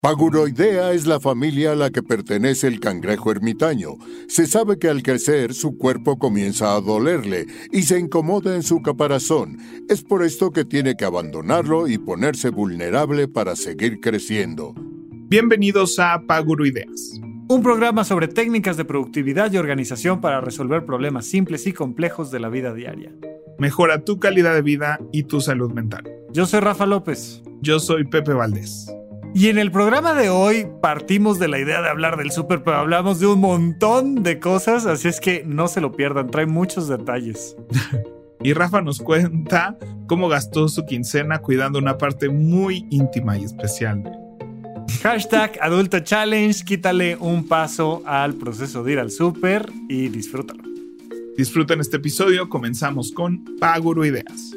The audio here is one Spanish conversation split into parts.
Paguroidea es la familia a la que pertenece el cangrejo ermitaño. Se sabe que al crecer su cuerpo comienza a dolerle y se incomoda en su caparazón. Es por esto que tiene que abandonarlo y ponerse vulnerable para seguir creciendo. Bienvenidos a Paguroideas, un programa sobre técnicas de productividad y organización para resolver problemas simples y complejos de la vida diaria. Mejora tu calidad de vida y tu salud mental. Yo soy Rafa López. Yo soy Pepe Valdés. Y en el programa de hoy partimos de la idea de hablar del súper, pero hablamos de un montón de cosas, así es que no se lo pierdan, trae muchos detalles. Y Rafa nos cuenta cómo gastó su quincena cuidando una parte muy íntima y especial. Hashtag Adulto Challenge, quítale un paso al proceso de ir al súper y disfrútalo. Disfruten este episodio, comenzamos con Paguroideas.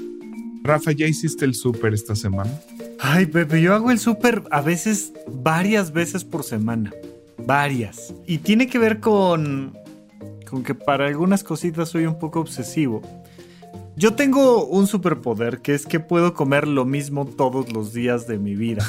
Rafa, ¿ya hiciste el súper esta semana? Ay, Pepe, yo hago el súper a veces, varias veces por semana. Varias. Y tiene que ver con que para algunas cositas soy un poco obsesivo. Yo tengo un superpoder que es que puedo comer lo mismo todos los días de mi vida.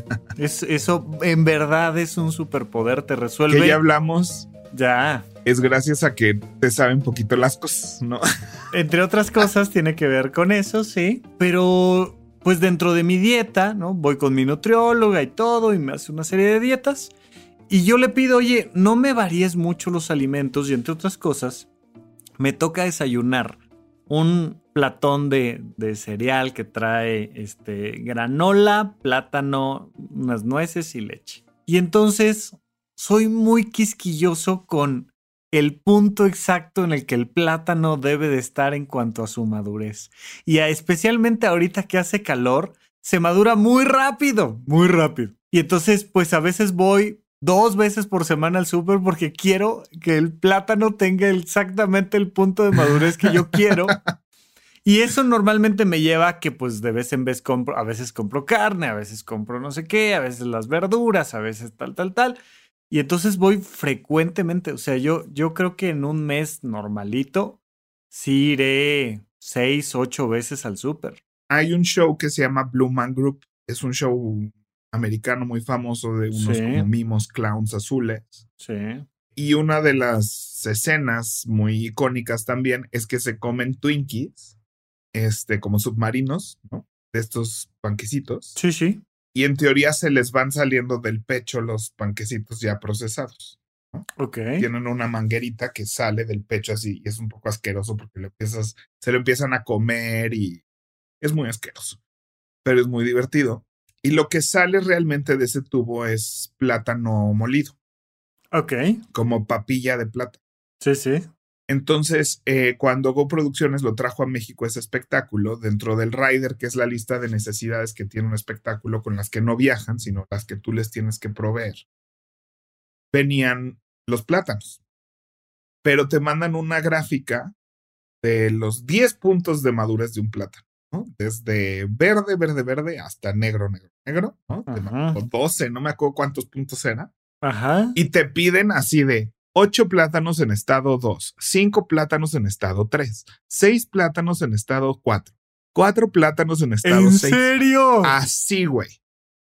Eso en verdad es un superpoder, te resuelve. Que ya hablamos. Ya. Es gracias a que te saben poquito las cosas, ¿no? Entre otras cosas tiene que ver con eso, sí. Pero pues dentro de mi dieta, ¿no? Voy con mi nutrióloga y todo y me hace una serie de dietas. Y yo le pido, oye, no me varíes mucho los alimentos y entre otras cosas, me toca desayunar un platón de cereal que trae granola, plátano, unas nueces y leche. Y entonces soy muy quisquilloso con el punto exacto en el que el plátano debe de estar en cuanto a su madurez. Y especialmente ahorita que hace calor, se madura muy rápido, muy rápido. Y entonces, pues a veces voy 2 veces por semana al súper porque quiero que el plátano tenga exactamente el punto de madurez que yo quiero. Y eso normalmente me lleva a que pues de vez en vez a veces compro carne, a veces compro no sé qué, a veces las verduras, a veces tal. Y entonces voy frecuentemente, o sea, yo creo que en un mes normalito sí iré 6, 8 veces al súper. Hay un show que se llama Blue Man Group. Es un show americano muy famoso de unos como mimos clowns azules. Sí. Y una de las escenas muy icónicas también es que se comen Twinkies, como submarinos, ¿no? De estos panquecitos. Sí. Y en teoría se les van saliendo del pecho los panquecitos ya procesados, ¿no? Ok. Tienen una manguerita que sale del pecho así y es un poco asqueroso porque se lo empiezan a comer y es muy asqueroso, pero es muy divertido. Y lo que sale realmente de ese tubo es plátano molido. Ok. Como papilla de plátano. Sí. Entonces, cuando Go Producciones lo trajo a México ese espectáculo, dentro del rider, que es la lista de necesidades que tiene un espectáculo con las que no viajan, sino las que tú les tienes que proveer, venían los plátanos. Pero te mandan una gráfica de los 10 puntos de madurez de un plátano, ¿no? Desde verde, hasta negro, ¿no? Te mandó 12, no me acuerdo cuántos puntos eran. Ajá. Y te piden así de 8 plátanos en estado 2, 5 plátanos en estado 3, 6 plátanos en estado 4, 4 plátanos en estado 6. ¿En serio? Así, güey.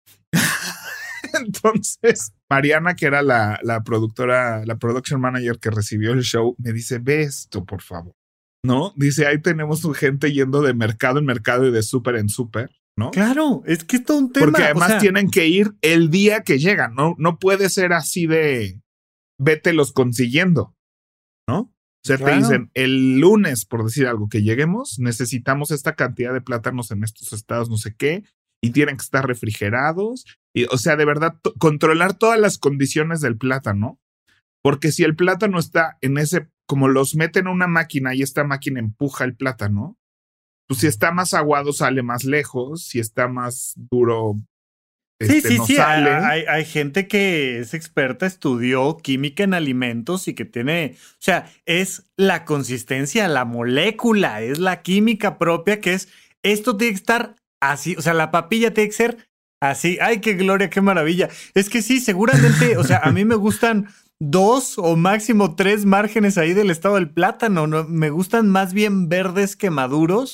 Entonces, Mariana, que era la productora, la production manager que recibió el show, me dice, ve esto, por favor. ¿No? Dice, ahí tenemos gente yendo de mercado en mercado y de súper en súper, ¿no? Claro, es que es todo un tema. Porque además tienen que ir el día que llegan, ¿no? No puede ser así de vételos consiguiendo, ¿no? O sea, claro. Te dicen, el lunes, por decir algo, que lleguemos, necesitamos esta cantidad de plátanos en estos estados, no sé qué, y tienen que estar refrigerados. Y, o sea, de verdad, controlar todas las condiciones del plátano, porque si el plátano está en ese, como los meten a una máquina y esta máquina empuja el plátano, pues si está más aguado sale más lejos, si está más duro no sale. Hay gente que es experta, estudió química en alimentos y que tiene, o sea, es la consistencia, la molécula, es la química propia que es, esto tiene que estar así, o sea, la papilla tiene que ser así. Ay, qué gloria, qué maravilla. Es que sí, seguramente, o sea, a mí me gustan 2 o máximo 3 márgenes ahí del estado del plátano, ¿no? Me gustan más bien verdes que maduros.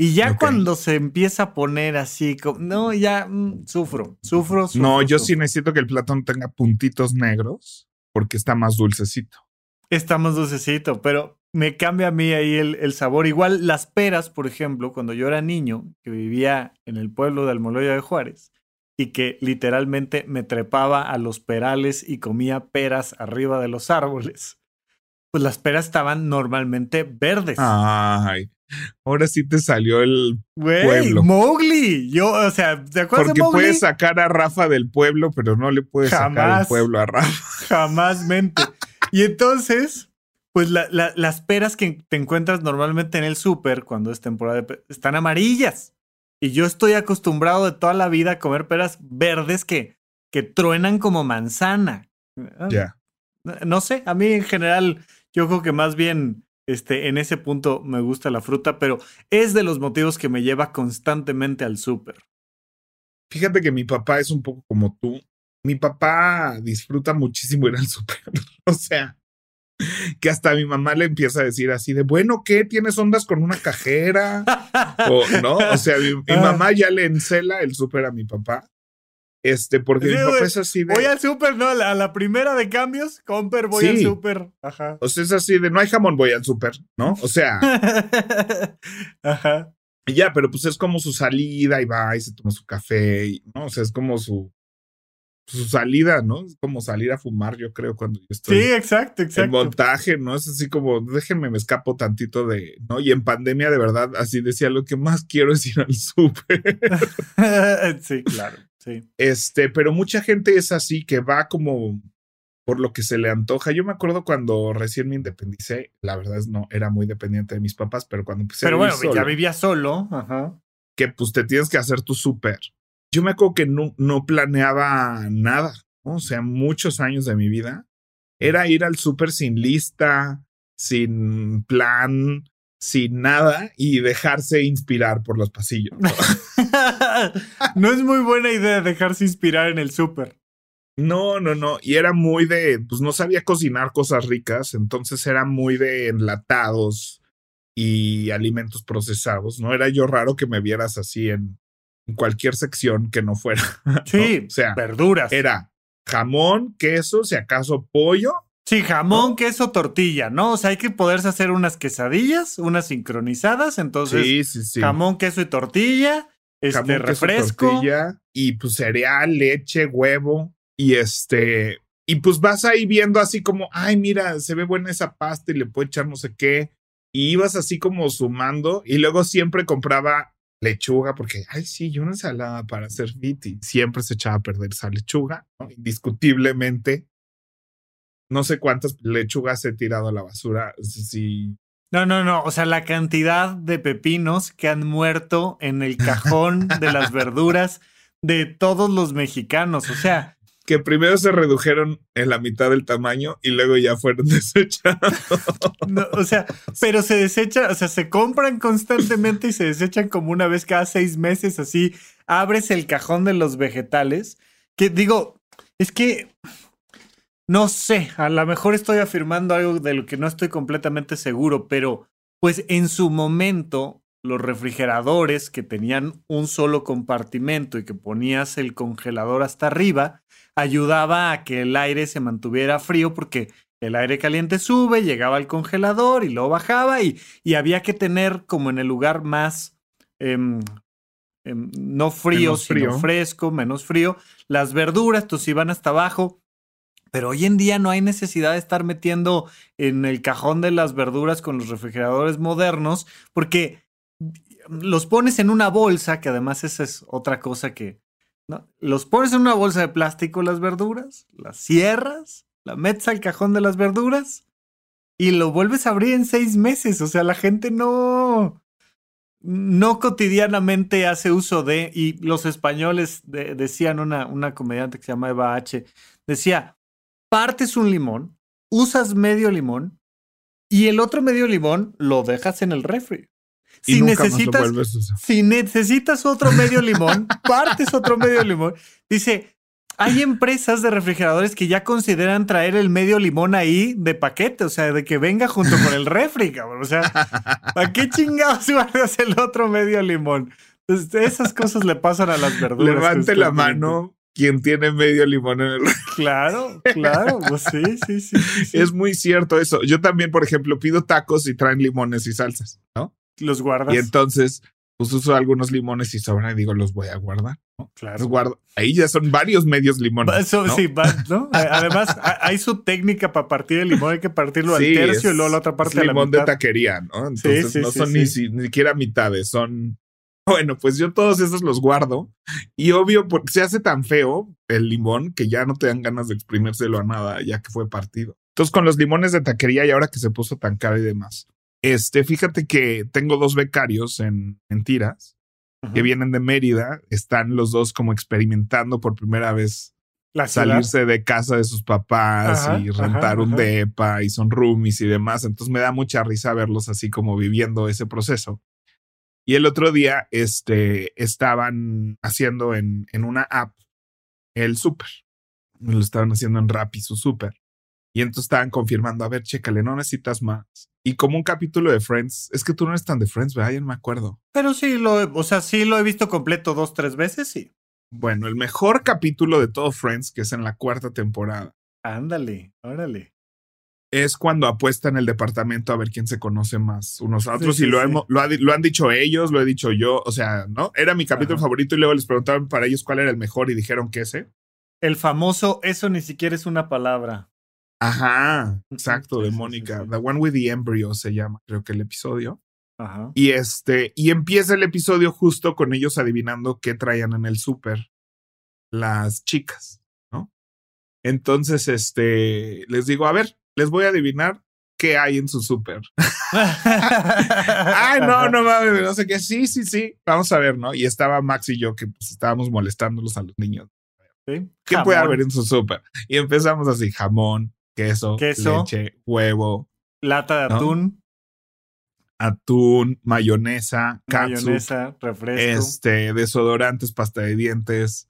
Y ya cuando se empieza a poner así, no, ya sufro. No, yo sí necesito que el plátano tenga puntitos negros porque está más dulcecito. Está más dulcecito, pero me cambia a mí ahí el sabor. Igual las peras, por ejemplo, cuando yo era niño, que vivía en el pueblo de Almoloya de Juárez, y que literalmente me trepaba a los perales y comía peras arriba de los árboles, pues las peras estaban normalmente verdes. Ay, ahora sí te salió el pueblo. Mowgli. Yo, o sea, ¿te acuerdas Porque de Mowgli? puedes sacar a Rafa del pueblo, pero no le puedes sacar el pueblo a Rafa. Jamás mente. Y entonces, pues las peras que te encuentras normalmente en el súper cuando es temporada están amarillas. Y yo estoy acostumbrado de toda la vida a comer peras verdes que truenan como manzana. Ya. No sé, a mí en general, yo creo que más bien en ese punto me gusta la fruta, pero es de los motivos que me lleva constantemente al súper. Fíjate que mi papá es un poco como tú. Mi papá disfruta muchísimo ir al súper. O sea, que hasta mi mamá le empieza a decir así de, bueno, ¿qué? ¿Tienes ondas con una cajera? O no, o sea, mi mamá ya le encela el súper a mi papá. Porque sí, mi papá es así de... Voy al súper, ¿no? A la primera de cambios, Comper, voy al súper. Ajá. O sea, es así de, no hay jamón, voy al súper, ¿no? O sea... Ajá. Ya, pero pues es como su salida y va y se toma su café, y, ¿no? O sea, es como su salida, ¿no? Es como salir a fumar, yo creo, cuando yo estoy... Sí, exacto. En montaje, ¿no? Es así como, déjenme, me escapo tantito de... ¿no? Y en pandemia, de verdad, así decía, lo que más quiero es ir al súper. Sí, claro. Sí. Pero mucha gente es así, que va como por lo que se le antoja. Yo me acuerdo cuando recién me independicé, la verdad es no, era muy dependiente de mis papás, pero cuando empecé a vivir solo, ya vivía solo, ajá, que pues te tienes que hacer tu súper. Yo me acuerdo que no planeaba nada, ¿no? O sea, muchos años de mi vida era ir al súper sin lista, sin plan, sin nada y dejarse inspirar por los pasillos, ¿no? No es muy buena idea dejarse inspirar en el súper. No. Y era muy de, pues no sabía cocinar cosas ricas, entonces era muy de enlatados y alimentos procesados, ¿no? Era yo raro que me vieras así en cualquier sección que no fuera. Sí, ¿no? O sea, verduras. Era jamón, queso, si acaso pollo. Sí, jamón, ¿no? queso, tortilla, ¿no? O sea, hay que poderse hacer unas quesadillas, unas sincronizadas, entonces Sí. jamón, queso y tortilla, jamón, refresco. Queso, tortilla, y pues cereal, leche, huevo, y y pues vas ahí viendo así como, ay, mira, se ve buena esa pasta y le puedo echar no sé qué, y ibas así como sumando, y luego siempre compraba lechuga, porque, ay, sí, yo una ensalada para hacer fit, y siempre se echaba a perder esa lechuga, ¿no? Indiscutiblemente. No sé cuántas lechugas he tirado a la basura. Sí. No. O sea, la cantidad de pepinos que han muerto en el cajón de las verduras de todos los mexicanos. O sea, que primero se redujeron en la mitad del tamaño y luego ya fueron desechados. No, o sea, pero se desechan, o sea, se compran constantemente y se desechan como una vez cada 6 meses. Así abres el cajón de los vegetales. Que digo, es que... No sé, a lo mejor estoy afirmando algo de lo que no estoy completamente seguro, pero pues en su momento los refrigeradores que tenían un solo compartimento y que ponías el congelador hasta arriba, ayudaba a que el aire se mantuviera frío porque el aire caliente sube, llegaba al congelador y luego bajaba y había que tener como en el lugar más... no frío, sino fresco, menos frío, las verduras, entonces iban hasta abajo. Pero hoy en día no hay necesidad de estar metiendo en el cajón de las verduras con los refrigeradores modernos, porque los pones en una bolsa, que además esa es otra cosa que... ¿no? Los pones en una bolsa de plástico las verduras, las cierras, la metes al cajón de las verduras y lo vuelves a abrir en 6 meses. O sea, la gente no cotidianamente hace uso de... Y los españoles decían, una comediante que se llama Eva H., decía... Partes un limón, usas medio limón y el otro medio limón lo dejas en el refri. Si necesitas otro medio limón, partes otro medio limón. Dice, Hay empresas de refrigeradores que ya consideran traer el medio limón ahí de paquete, o sea, de que venga junto con el refri, cabrón. O sea, ¿a qué chingados guardas el otro medio limón? Entonces, esas cosas le pasan a las verduras. Levante la mano quien tiene medio limón en el refri. Claro, pues sí. Es muy cierto eso. Yo también, por ejemplo, pido tacos y traen limones y salsas, ¿no? Los guardas. Y entonces, pues uso algunos limones y sobran y digo, los voy a guardar, ¿no? Claro. Los guardo. Ahí ya son varios medios limones. Eso, ¿no? Sí, ¿no? Además, hay su técnica para partir el limón. Hay que partirlo al tercio y luego la otra parte es a la limón mitad. de taquería, ¿no? Entonces no son ni siquiera mitades, son... Bueno, pues yo todos esos los guardo y obvio porque se hace tan feo el limón que ya no te dan ganas de exprimírselo a nada ya que fue partido. Entonces con los limones de taquería y ahora que se puso tan caro y demás. Fíjate que tengo 2 becarios en tiras que vienen de Mérida. Están los dos como experimentando por primera vez salirse de casa de sus papás y rentar un depa y son roomies y demás. Entonces me da mucha risa verlos así como viviendo ese proceso. Y el otro día estaban haciendo en una app el súper. Lo estaban haciendo en Rappi su súper. Y entonces estaban confirmando, a ver, chécale, no necesitas más. Y como un capítulo de Friends, es que tú no eres tan de Friends, ¿verdad? Ya no me acuerdo. Pero sí, sí lo he visto completo 2-3 veces, sí. Bueno, el mejor capítulo de todo Friends, que es en la 4ª temporada. Ándale, órale. Es cuando apuestan el departamento a ver quién se conoce más unos a otros. Sí, y lo han dicho ellos, lo he dicho yo. O sea, ¿no? Era mi capítulo favorito y luego les preguntaban para ellos cuál era el mejor y dijeron que ese. El famoso, eso ni siquiera es una palabra. Ajá, exacto, de Mónica. The One with the Embryo se llama, creo que el episodio. Ajá. Y empieza el episodio justo con ellos adivinando qué traían en el súper las chicas, ¿no? Entonces, les digo, a ver, les voy a adivinar qué hay en su súper. Ay, no mames, no sé qué. Sí. Vamos a ver, ¿no? Y estaba Max y yo que pues, estábamos molestándolos a los niños. ¿Sí? ¿Qué puede haber en su súper? Y empezamos así, jamón, queso, leche, huevo. Lata de atún. Atún, mayonesa, refresco. Desodorantes, pasta de dientes.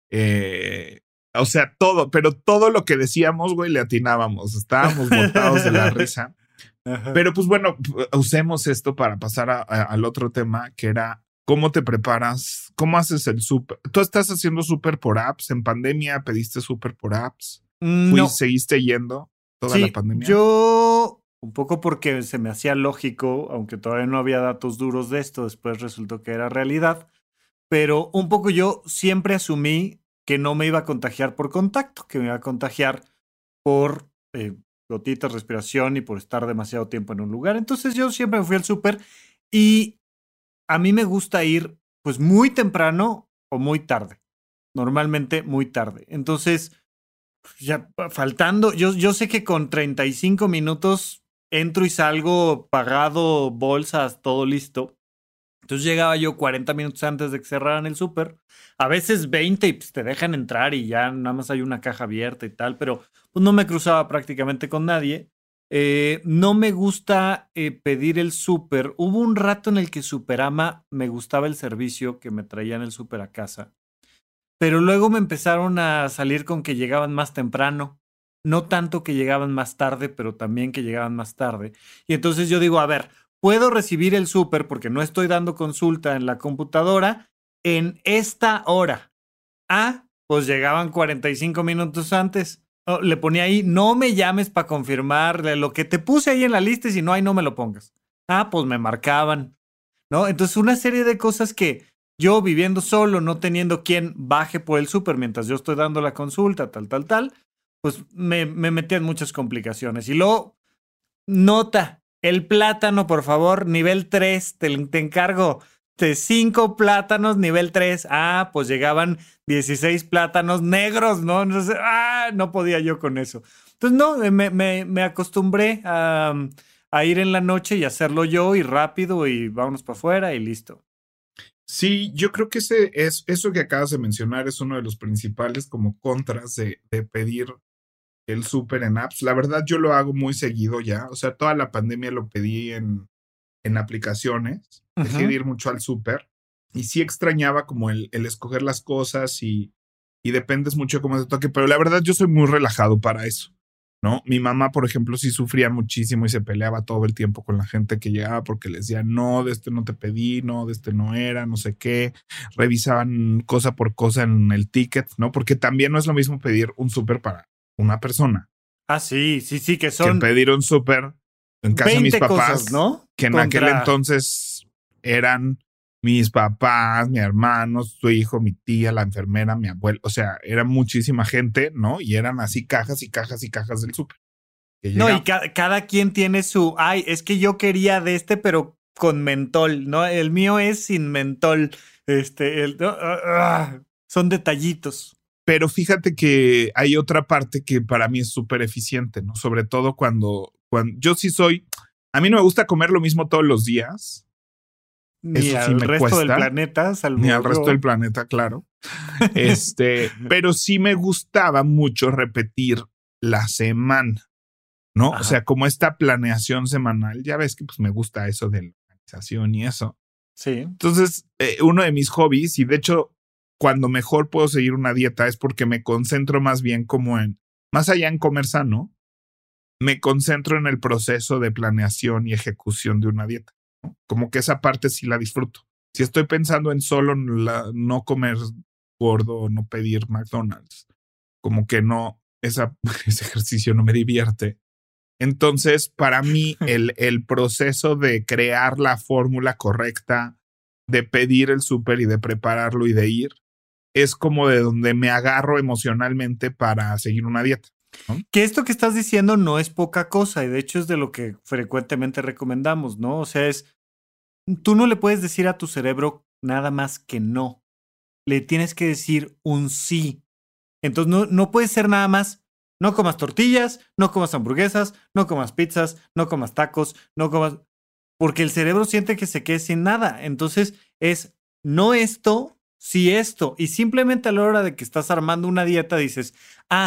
O sea, todo, pero todo lo que decíamos, güey, le atinábamos. Estábamos botados de la risa. Ajá. Pero pues bueno, usemos esto para pasar al otro tema, que era ¿cómo te preparas? ¿Cómo haces el súper? ¿Tú estás haciendo súper por apps? ¿En pandemia pediste súper por apps? No. ¿Seguiste yendo toda la pandemia? Yo, un poco porque se me hacía lógico, aunque todavía no había datos duros de esto, después resultó que era realidad, pero un poco yo siempre asumí que no me iba a contagiar por contacto, que me iba a contagiar por gotitas, respiración y por estar demasiado tiempo en un lugar. Entonces yo siempre me fui al súper y a mí me gusta ir pues muy temprano o muy tarde. Normalmente muy tarde. Entonces, ya faltando, yo sé que con 35 minutos entro y salgo pagado, bolsas, todo listo. Entonces llegaba yo 40 minutos antes de que cerraran el súper. A veces 20 y pues te dejan entrar y ya nada más hay una caja abierta y tal, pero pues no me cruzaba prácticamente con nadie. No me gusta pedir el súper. Hubo un rato en el que Superama me gustaba el servicio que me traían el súper a casa. Pero luego me empezaron a salir con que llegaban más temprano. No tanto que llegaban más tarde, pero también que llegaban más tarde. Y entonces yo digo, a ver, puedo recibir el súper porque no estoy dando consulta en la computadora en esta hora. Ah, pues llegaban 45 minutos antes. Oh, le ponía ahí, no me llames para confirmar lo que te puse ahí en la lista y si no hay, no me lo pongas. Ah, pues me marcaban, ¿no? Entonces una serie de cosas que yo viviendo solo, no teniendo quien baje por el súper mientras yo estoy dando la consulta, tal, pues me metía en muchas complicaciones. Y luego, nota, el plátano, por favor, nivel 3, te encargo de 5 plátanos, nivel 3. Ah, pues llegaban 16 plátanos negros, ¿no? Entonces, no podía yo con eso. Entonces, no, me acostumbré a ir en la noche y hacerlo yo y rápido y vámonos para afuera y listo. Sí, yo creo que eso que acabas de mencionar es uno de los principales como contras de pedir el súper en apps. La verdad, yo lo hago muy seguido ya. O sea, toda la pandemia lo pedí en aplicaciones. Dejé de ir mucho al súper. Y sí extrañaba como el escoger las cosas y y dependes mucho de cómo te toque, pero la verdad yo soy muy relajado para eso, ¿no? Mi mamá, por ejemplo, sí sufría muchísimo y se peleaba todo el tiempo con la gente que llegaba porque les decía, no, de este no te pedí, no, de este no era, no sé qué. Revisaban cosa por cosa en el ticket, ¿no? Porque también no es lo mismo pedir un súper para una persona. Ah, sí, que son... Que pedir un súper en casa de mis papás, cosas, ¿no? que en aquel entonces eran mis papás, mi hermano, su hijo, mi tía, la enfermera, mi abuelo. O sea, era muchísima gente, ¿no? Y eran así cajas y cajas y cajas del súper. No, y cada quien tiene su... Ay, es que yo quería de este, pero con mentol, ¿no? El mío es sin mentol. Son detallitos. Pero fíjate que hay otra parte que para mí es súper eficiente, ¿no? Sobre todo cuando yo sí soy... A mí no me gusta comer lo mismo todos los días. Ni eso al sí me resto cuesta. del planeta, salvo ni al yo. resto del planeta, claro. Pero sí me gustaba mucho repetir la semana, ¿no? Ajá. O sea, como esta planeación semanal, ya ves que pues me gusta eso de la organización y eso. Sí. Entonces, uno de mis hobbies, y de hecho, cuando mejor puedo seguir una dieta es porque me concentro más bien como más allá en comer sano, me concentro en el proceso de planeación y ejecución de una dieta, ¿no? Como que esa parte sí la disfruto. Si estoy pensando en solo no comer gordo, no pedir McDonald's, como que no, ese ejercicio no me divierte. Entonces, para mí, el proceso de crear la fórmula correcta, de pedir el súper y de prepararlo y de ir, es como de donde me agarro emocionalmente para seguir una dieta, ¿no? Que esto que estás diciendo no es poca cosa y de hecho es de lo que frecuentemente recomendamos, ¿no? O sea, tú no le puedes decir a tu cerebro nada más que no. Le tienes que decir un sí. Entonces no puede ser nada más, no comas tortillas, no comas hamburguesas, no comas pizzas, no comas tacos, no comas... Porque el cerebro siente que se quede sin nada. Entonces es no esto, sí esto. Y simplemente a la hora de que estás armando una dieta dices,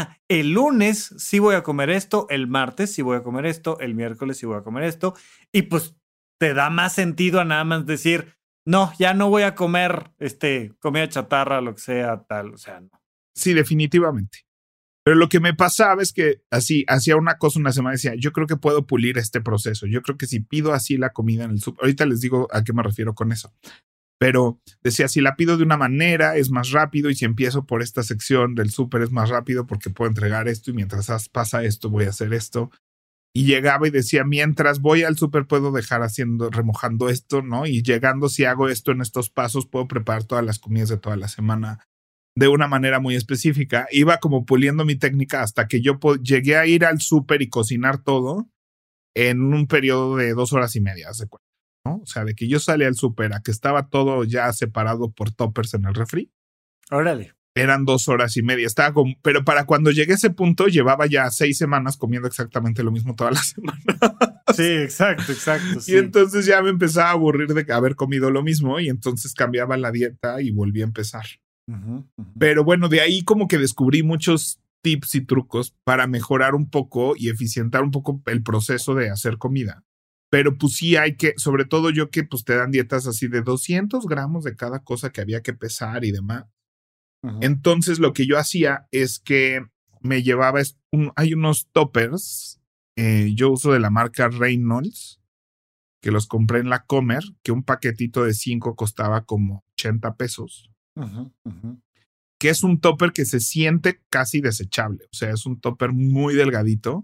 el lunes sí voy a comer esto, el martes sí voy a comer esto, el miércoles sí voy a comer esto. Y pues te da más sentido a nada más decir, no, ya no voy a comer comida chatarra, lo que sea, tal, o sea, no. Sí, definitivamente. Pero lo que me pasaba es que así hacía una cosa una semana y decía, yo creo que puedo pulir este proceso. Yo creo que si pido así la comida en el súper, ahorita les digo a qué me refiero con eso. Pero decía, si la pido de una manera es más rápido y si empiezo por esta sección del súper es más rápido porque puedo entregar esto y mientras pasa esto voy a hacer esto. Y llegaba y decía, mientras voy al súper puedo dejar remojando esto, ¿no? Y llegando, si hago esto en estos pasos, puedo preparar todas las comidas de toda la semana de una manera muy específica. Iba como puliendo mi técnica hasta que yo llegué a ir al súper y cocinar todo en un periodo de 2 horas y media, ¿se cuenta? ¿No? O sea, de que yo salía al súper a que estaba todo ya separado por toppers en el refri. Órale. Eran 2 horas y media. Pero para cuando llegué a ese punto, llevaba ya 6 semanas comiendo exactamente lo mismo toda la semana. Sí, exacto. Sí. Y entonces ya me empezaba a aburrir de haber comido lo mismo y entonces cambiaba la dieta y volví a empezar. Uh-huh. Pero bueno, de ahí como que descubrí muchos tips y trucos para mejorar un poco y eficientar un poco el proceso de hacer comida. Pero pues sí hay que, sobre todo yo que pues te dan dietas así de 200 gramos de cada cosa que había que pesar y demás. Uh-huh. Entonces lo que yo hacía es que me llevaba, hay unos toppers, yo uso de la marca Reynolds, que los compré en la Comer, que un paquetito de 5 costaba como 80 pesos. Uh-huh, uh-huh. Que es un topper que se siente casi desechable. O sea, es un topper muy delgadito.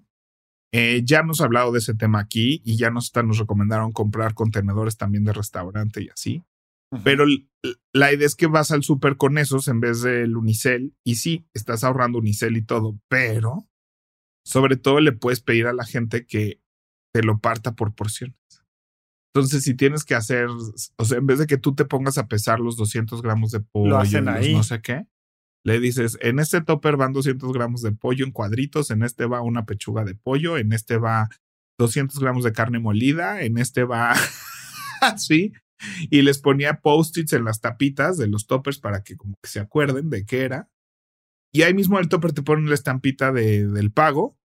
Ya hemos hablado de ese tema aquí y ya nos recomendaron comprar contenedores también de restaurante y así. Uh-huh. Pero la idea es que vas al súper con esos en vez del unicel y sí, estás ahorrando unicel y todo, pero sobre todo le puedes pedir a la gente que te lo parta por porciones. Entonces, si tienes que hacer, o sea, en vez de que tú te pongas a pesar los 200 gramos de pollo, lo hacen ahí. No sé qué, le dices, en este topper van 200 gramos de pollo en cuadritos, en este va una pechuga de pollo, en este va 200 gramos de carne molida, en este va así. Y les ponía post-its en las tapitas de los toppers para que como que se acuerden de qué era. Y ahí mismo el topper te pone la estampita del pago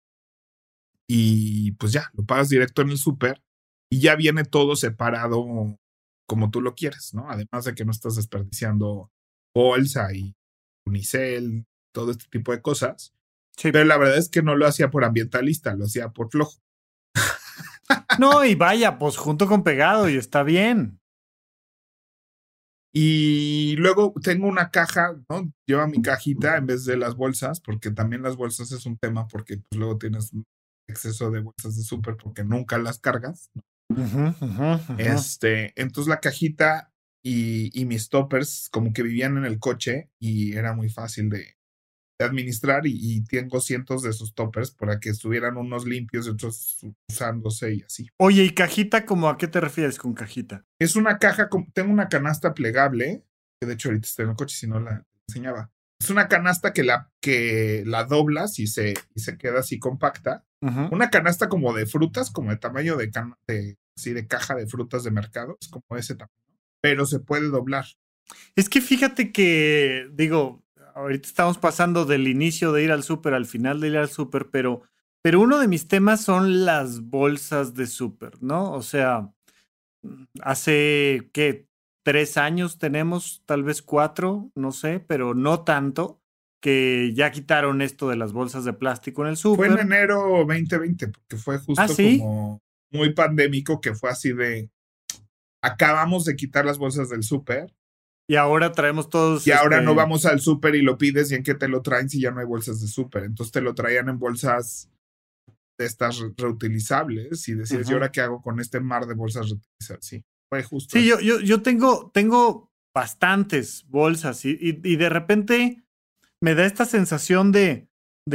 y pues ya, lo pagas directo en el súper. Y ya viene todo separado como tú lo quieres, ¿no? Además de que no estás desperdiciando bolsa y unicel, todo este tipo de cosas. Sí. Pero la verdad es que no lo hacía por ambientalista, lo hacía por flojo. No, y vaya, pues junto con pegado y está bien. Y luego tengo una caja, ¿no? Lleva mi cajita en vez de las bolsas, porque también las bolsas es un tema, porque pues luego tienes exceso de bolsas de súper porque nunca las cargas, ¿no? Entonces la cajita y mis toppers como que vivían en el coche y era muy fácil de administrar y tengo cientos de esos toppers para que estuvieran unos limpios y otros usándose y así. Oye, ¿y cajita como a qué te refieres con cajita? Es una caja, tengo una canasta plegable, que de hecho ahorita está en el coche, si no la enseñaba. Es una canasta que la doblas y se queda así compacta. Una canasta como de frutas, como de tamaño de caja de frutas de mercado, es como ese tamaño, pero se puede doblar. Es que fíjate que, digo, ahorita estamos pasando del inicio de ir al súper al final de ir al súper, pero uno de mis temas son las bolsas de súper, ¿no? O sea, hace, ¿qué? 3 años tenemos, tal vez 4, no sé, pero no tanto, que ya quitaron esto de las bolsas de plástico en el súper. Fue en enero 2020, porque fue justo como muy pandémico, que fue así de, acabamos de quitar las bolsas del súper. Y ahora traemos todos. Y ahora no vamos al súper y lo pides y en qué te lo traen si ya no hay bolsas de súper. Entonces te lo traían en bolsas de estas reutilizables y decías, ¿y ahora qué hago con este mar de bolsas reutilizables? Sí, fue justo. Sí, yo tengo bastantes bolsas y de repente me da esta sensación de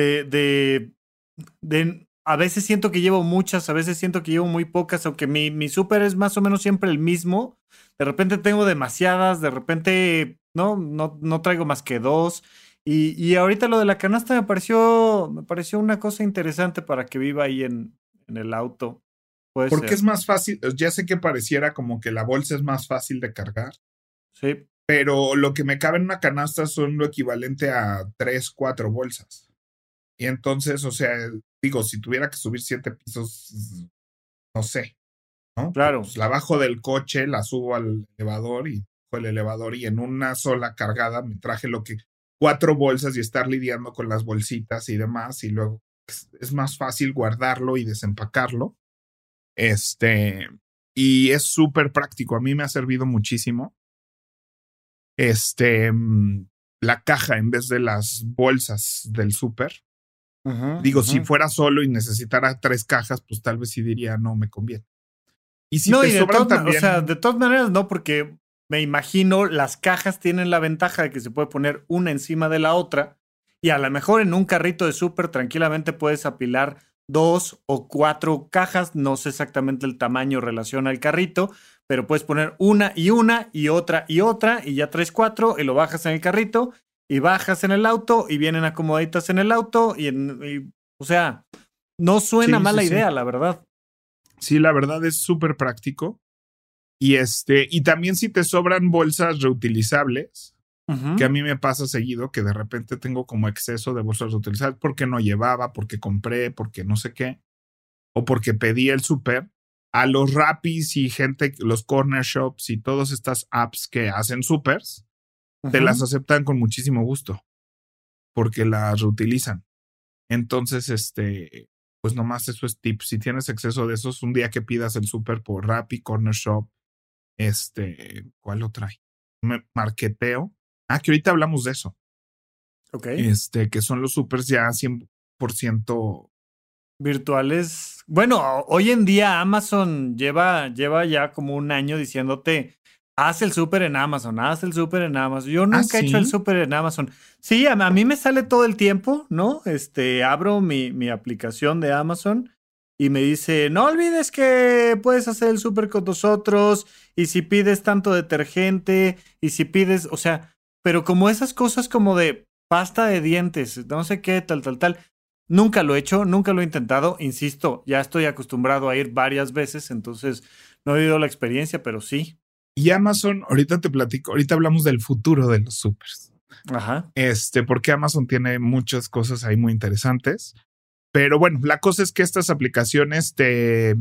a veces siento que llevo muchas, a veces siento que llevo muy pocas, aunque mi súper es más o menos siempre el mismo. De repente tengo demasiadas, de repente no traigo más que 2. Y ahorita lo de la canasta me pareció una cosa interesante para que viva ahí en el auto. Porque es más fácil, ya sé que pareciera como que la bolsa es más fácil de cargar. Sí. Pero lo que me cabe en una canasta son lo equivalente a 3, 4 bolsas. Y entonces, o sea, digo, si tuviera que subir 7 pisos, no sé, ¿no? Claro. Pues la bajo del coche, la subo al elevador y el elevador y en una sola cargada me traje 4 bolsas y estar lidiando con las bolsitas y demás. Y luego es más fácil guardarlo y desempacarlo. Y es súper práctico. A mí me ha servido muchísimo. La caja en vez de las bolsas del súper. Digo, si fuera solo y necesitara 3 cajas, pues tal vez sí diría, no me conviene. Y si te sobran también... O sea, de todas maneras no, porque me imagino las cajas tienen la ventaja de que se puede poner una encima de la otra y a lo mejor en un carrito de súper tranquilamente puedes apilar 2 o 4 cajas, no sé exactamente el tamaño en relación al carrito, pero puedes poner una y otra y ya traes 4 y lo bajas en el carrito y bajas en el auto y vienen acomodaditas en el auto o sea, no suena mala idea, la verdad. Sí, la verdad es súper práctico. Y también si te sobran bolsas reutilizables, que a mí me pasa seguido, que de repente tengo como exceso de bolsas reutilizables porque no llevaba, porque compré, porque no sé qué, o porque pedí el súper, a los Rappis y los corner shops y todas estas apps que hacen súpers, te las aceptan con muchísimo gusto, porque las reutilizan. Entonces, pues nomás eso es tip. Si tienes exceso de esos, un día que pidas el súper por Rappi, Corner Shop, ¿cuál lo trae? Marketeo. Que ahorita hablamos de eso. Ok. Que son los supers ya 100% virtuales. Bueno, hoy en día Amazon lleva ya como un año diciéndote, haz el súper en Amazon, haz el súper en Amazon. Yo nunca he hecho el súper en Amazon. Sí, a mí me sale todo el tiempo, ¿no? Abro mi aplicación de Amazon y me dice, no olvides que puedes hacer el súper con nosotros y si pides tanto detergente y si pides, o sea, pero como esas cosas como de pasta de dientes, no sé qué, tal. Nunca lo he hecho, nunca lo he intentado, insisto, ya estoy acostumbrado a ir varias veces, entonces no he vivido la experiencia, pero sí. Y Amazon, ahorita te platico, ahorita hablamos del futuro de los supers. Ajá. Porque Amazon tiene muchas cosas ahí muy interesantes. Pero bueno, la cosa es que estas aplicaciones te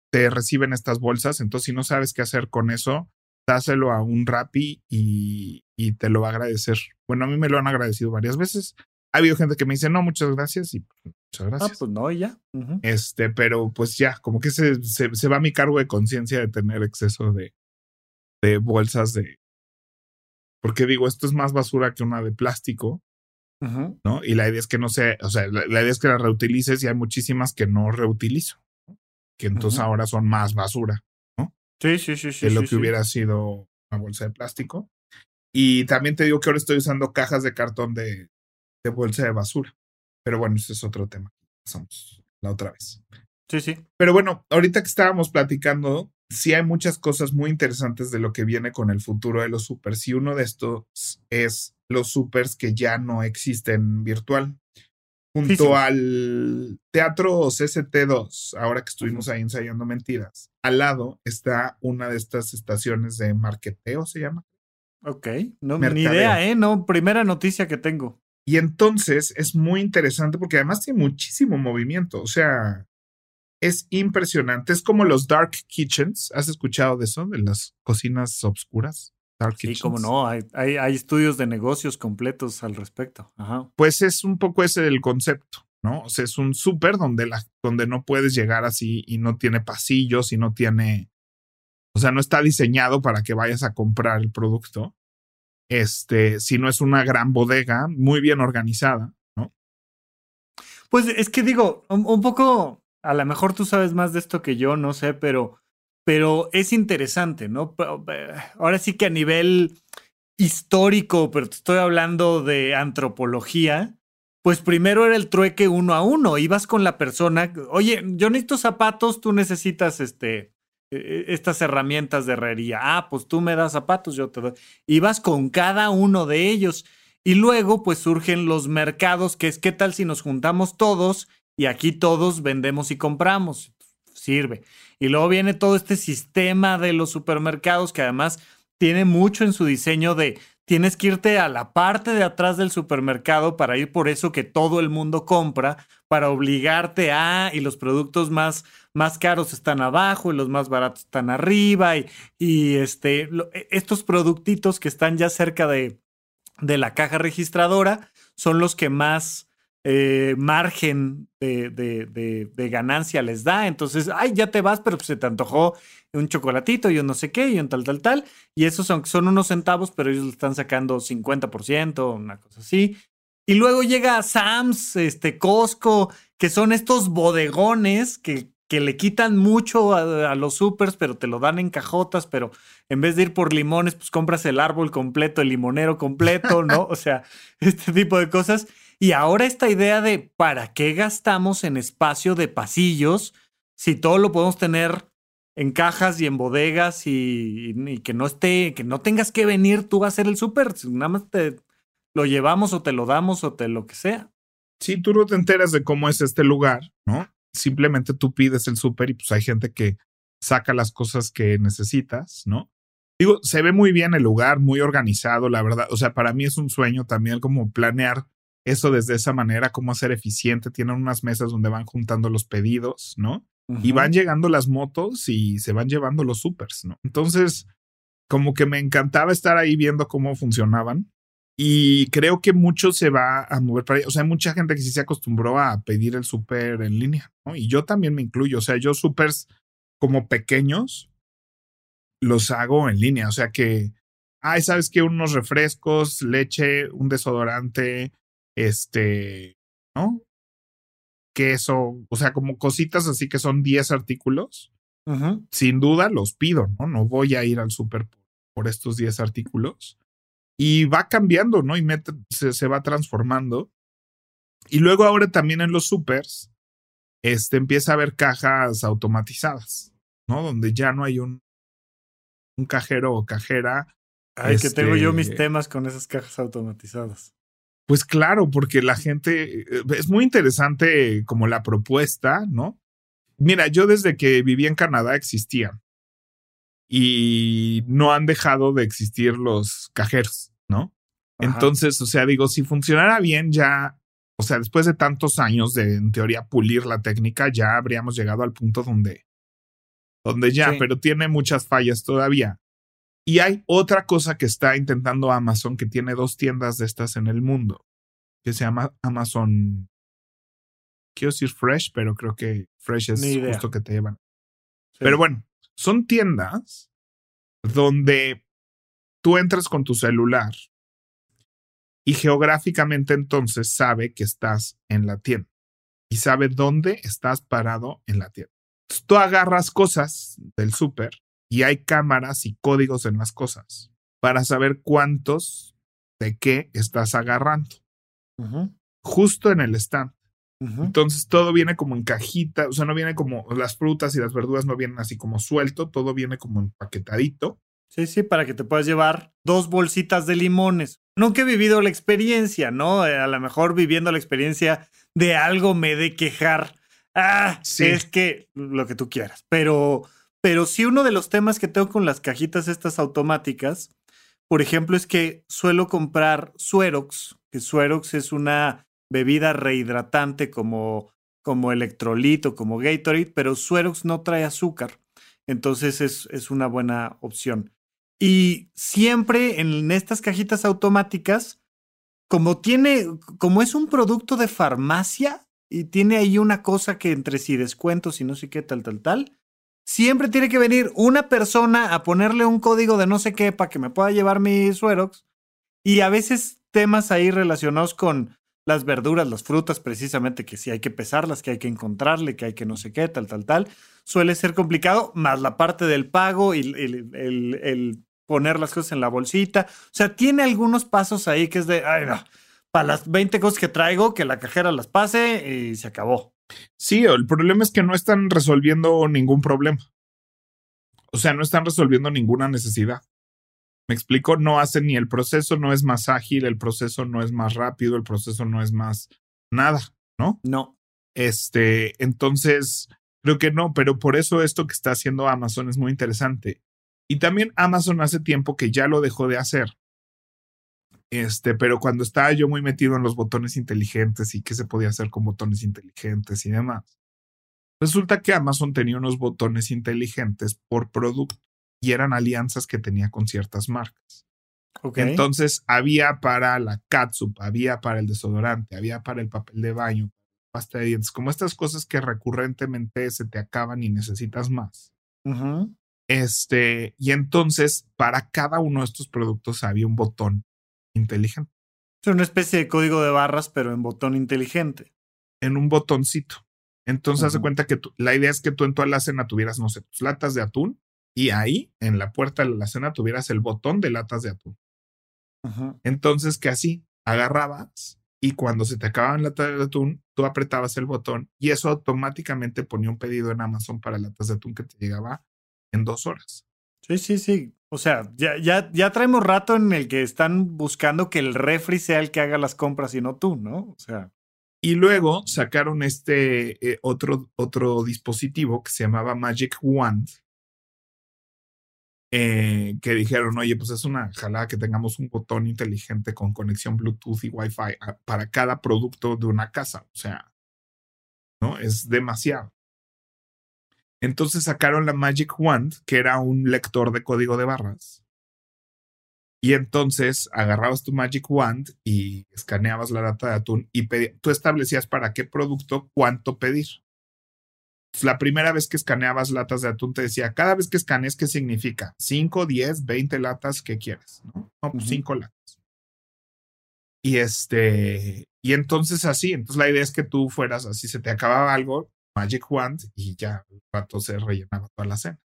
reciben estas bolsas, entonces si no sabes qué hacer con eso, dáselo a un Rappi y y te lo va a agradecer. Bueno, a mí me lo han agradecido varias veces. Ha habido gente que me dice, no, muchas gracias, y muchas gracias. Pues no, y ya. Pero pues ya, como que se va mi cargo de conciencia de tener exceso de bolsas porque digo, esto es más basura que una de plástico, ¿no? Y la idea es que no sea, o sea, la idea es que la reutilices y hay muchísimas que no reutilizo, ¿no? Que entonces ahora son más basura, ¿no? Sí. De lo que hubiera sido una bolsa de plástico. Y también te digo que ahora estoy usando cajas de cartón de bolsa de basura. Pero bueno, ese es otro tema. Pasamos la otra vez. Sí. Pero bueno, ahorita que estábamos platicando, sí hay muchas cosas muy interesantes de lo que viene con el futuro de los supers. Y uno de estos es los supers que ya no existen virtual. Junto al Teatro CCT2, ahora que estuvimos ahí ensayando Mentiras, al lado está una de estas estaciones de marketeo, ¿se llama? Ok, no, ni idea, no, primera noticia que tengo. Y entonces es muy interesante porque además tiene muchísimo movimiento, o sea, es impresionante. Es como los dark kitchens. ¿Has escuchado de eso? De las cocinas obscuras. Dark kitchens. Sí, cómo no. Hay estudios de negocios completos al respecto. Ajá. Pues es un poco ese el concepto, ¿no? O sea, es un súper donde no puedes llegar así y no tiene pasillos y no tiene... O sea, no está diseñado para que vayas a comprar el producto. Sino es una gran bodega muy bien organizada, ¿no? Pues es que digo, un poco... A lo mejor tú sabes más de esto que yo, no sé, pero es interesante, ¿no? Ahora sí que a nivel histórico, pero te estoy hablando de antropología, pues primero era el trueque 1 a 1. Ibas con la persona, oye, yo necesito zapatos, tú necesitas estas herramientas de herrería. Ah, pues tú me das zapatos, yo te doy. Ibas con cada uno de ellos. Y luego, pues surgen los mercados, que es qué tal si nos juntamos todos y aquí todos vendemos y compramos. Sirve. Y luego viene todo este sistema de los supermercados que además tiene mucho en su diseño de tienes que irte a la parte de atrás del supermercado para ir por eso que todo el mundo compra, para obligarte y los productos más caros están abajo y los más baratos están arriba y estos productitos que están ya cerca de la caja registradora son los que más margen de ganancia les da. Entonces, ya te vas, pero pues se te antojó un chocolatito y un no sé qué y un tal. Y esos son unos centavos, pero ellos le están sacando 50%, una cosa así. Y luego llega Sam's, Costco, que son estos bodegones que le quitan mucho a los supers, pero te lo dan en cajotas, pero en vez de ir por limones, pues compras el árbol completo, el limonero completo, ¿no? O sea, este tipo de cosas. Y ahora esta idea de ¿para qué gastamos en espacio de pasillos si todo lo podemos tener en cajas y en bodegas y que no tengas que venir tú a hacer el súper? Nada más te lo llevamos o te lo damos o lo que sea. Sí, tú no te enteras de cómo es este lugar, ¿no? Simplemente tú pides el súper y pues hay gente que saca las cosas que necesitas, ¿no? Digo, se ve muy bien el lugar, muy organizado, la verdad. O sea, para mí es un sueño también como planear eso desde esa manera, cómo hacer eficiente. Tienen unas mesas donde van juntando los pedidos, ¿no? Uh-huh. Y van llegando las motos y se van llevando los supers, ¿no? Entonces, como que me encantaba estar ahí viendo cómo funcionaban. Y creo que mucho se va a mover para allá. O sea, hay mucha gente que sí se acostumbró a pedir el súper en línea, ¿no? Y yo también me incluyo. O sea, yo súpers como pequeños los hago en línea. O sea que, ¿sabes qué? Unos refrescos, leche, un desodorante, ¿no? Queso, o sea, como cositas así que son 10 artículos. Uh-huh. Sin duda los pido, ¿no? No voy a ir al súper por estos 10 artículos. Y va cambiando, ¿no? Y se va transformando. Y luego ahora también en los supers empieza a haber cajas automatizadas, ¿no? Donde ya no hay un cajero o cajera. Que tengo yo mis temas con esas cajas automatizadas. Pues claro, porque la gente... Es muy interesante como la propuesta, ¿no? Mira, yo desde que viví en Canadá existían. Y no han dejado de existir los cajeros, ¿no? Ajá. Entonces, o sea, digo, si funcionara bien ya, o sea, después de tantos años de, en teoría, pulir la técnica, ya habríamos llegado al punto donde ya, sí. Pero tiene muchas fallas todavía. Y hay otra cosa que está intentando Amazon, que tiene 2 tiendas de estas en el mundo, que se llama Amazon, quiero decir Fresh, pero creo que Fresh es justo que te llevan. Sí. Pero bueno, son tiendas donde tú entras con tu celular y geográficamente entonces sabe que estás en la tienda y sabe dónde estás parado en la tienda. Entonces, tú agarras cosas del súper y hay cámaras y códigos en las cosas para saber cuántos de qué estás agarrando. Justo en el stand. Entonces todo viene como en cajita, o sea, no viene como las frutas y las verduras no vienen así como suelto, todo viene como empaquetadito. Sí, para que te puedas llevar 2 bolsitas de limones. Nunca he vivido la experiencia, ¿no? A lo mejor viviendo la experiencia de algo me de quejar. Sí. Es que lo que tú quieras. Pero sí, uno de los temas que tengo con las cajitas estas automáticas, por ejemplo, es que suelo comprar Suerox, que Suerox es una bebida rehidratante como electrolito, como Gatorade, pero Suerox no trae azúcar. Entonces es una buena opción. Y siempre en estas cajitas automáticas, como es un producto de farmacia y tiene ahí una cosa que entre sí descuentos y no sé qué, tal, siempre tiene que venir una persona a ponerle un código de no sé qué para que me pueda llevar mi Suerox. Y a veces temas ahí relacionados con las verduras, las frutas, precisamente, que sí hay que pesarlas, que hay que encontrarle, que hay que no sé qué, tal, suele ser complicado, más la parte del pago y el poner las cosas en la bolsita. O sea, tiene algunos pasos ahí que es de, ay, no, para las 20 cosas que traigo, que la cajera las pase y se acabó. Sí, el problema es que no están resolviendo ningún problema. O sea, no están resolviendo ninguna necesidad. Me explico, no hacen ni el proceso, no es más ágil, el proceso no es más rápido, el proceso no es más nada, ¿no? No. Entonces, creo que no, pero por eso esto que está haciendo Amazon es muy interesante. Y también Amazon hace tiempo que ya lo dejó de hacer. Pero cuando estaba yo muy metido en los botones inteligentes y qué se podía hacer con botones inteligentes y demás, resulta que Amazon tenía unos botones inteligentes por producto. Y eran alianzas que tenía con ciertas marcas. Okay. Entonces había para la catsup, había para el desodorante, había para el papel de baño, pasta de dientes, como estas cosas que recurrentemente se te acaban y necesitas más. Y entonces para cada uno de estos productos había un botón inteligente. Es una especie de código de barras, pero en botón inteligente. En un botoncito. Entonces haz de cuenta que la idea es que tú en tu alacena tuvieras, no sé, tus latas de atún. Y ahí, en la puerta de la alacena, tuvieras el botón de latas de atún. Entonces, que así agarrabas y cuando se te acababan latas de atún, tú apretabas el botón y eso automáticamente ponía un pedido en Amazon para latas de atún que te llegaba en 2 horas. Sí. O sea, ya traemos rato en el que están buscando que el refri sea el que haga las compras y no tú, ¿no? O sea. Y luego sacaron otro dispositivo que se llamaba Magic Wand. Que dijeron, oye, pues es una jalada que tengamos un botón inteligente con conexión Bluetooth y Wi-Fi para cada producto de una casa. O sea, ¿no? Es demasiado. Entonces sacaron la Magic Wand, que era un lector de código de barras. Y entonces agarrabas tu Magic Wand y escaneabas la lata de atún y tú establecías para qué producto cuánto pedir. La primera vez que escaneabas latas de atún te decía, cada vez que escanees, ¿qué significa? 5, 10, 20 latas, ¿qué quieres? No, pues 5 latas. Y entonces así, entonces la idea es que tú fueras así, se te acababa algo, Magic Wand, y ya el rato se rellenaba toda la cena.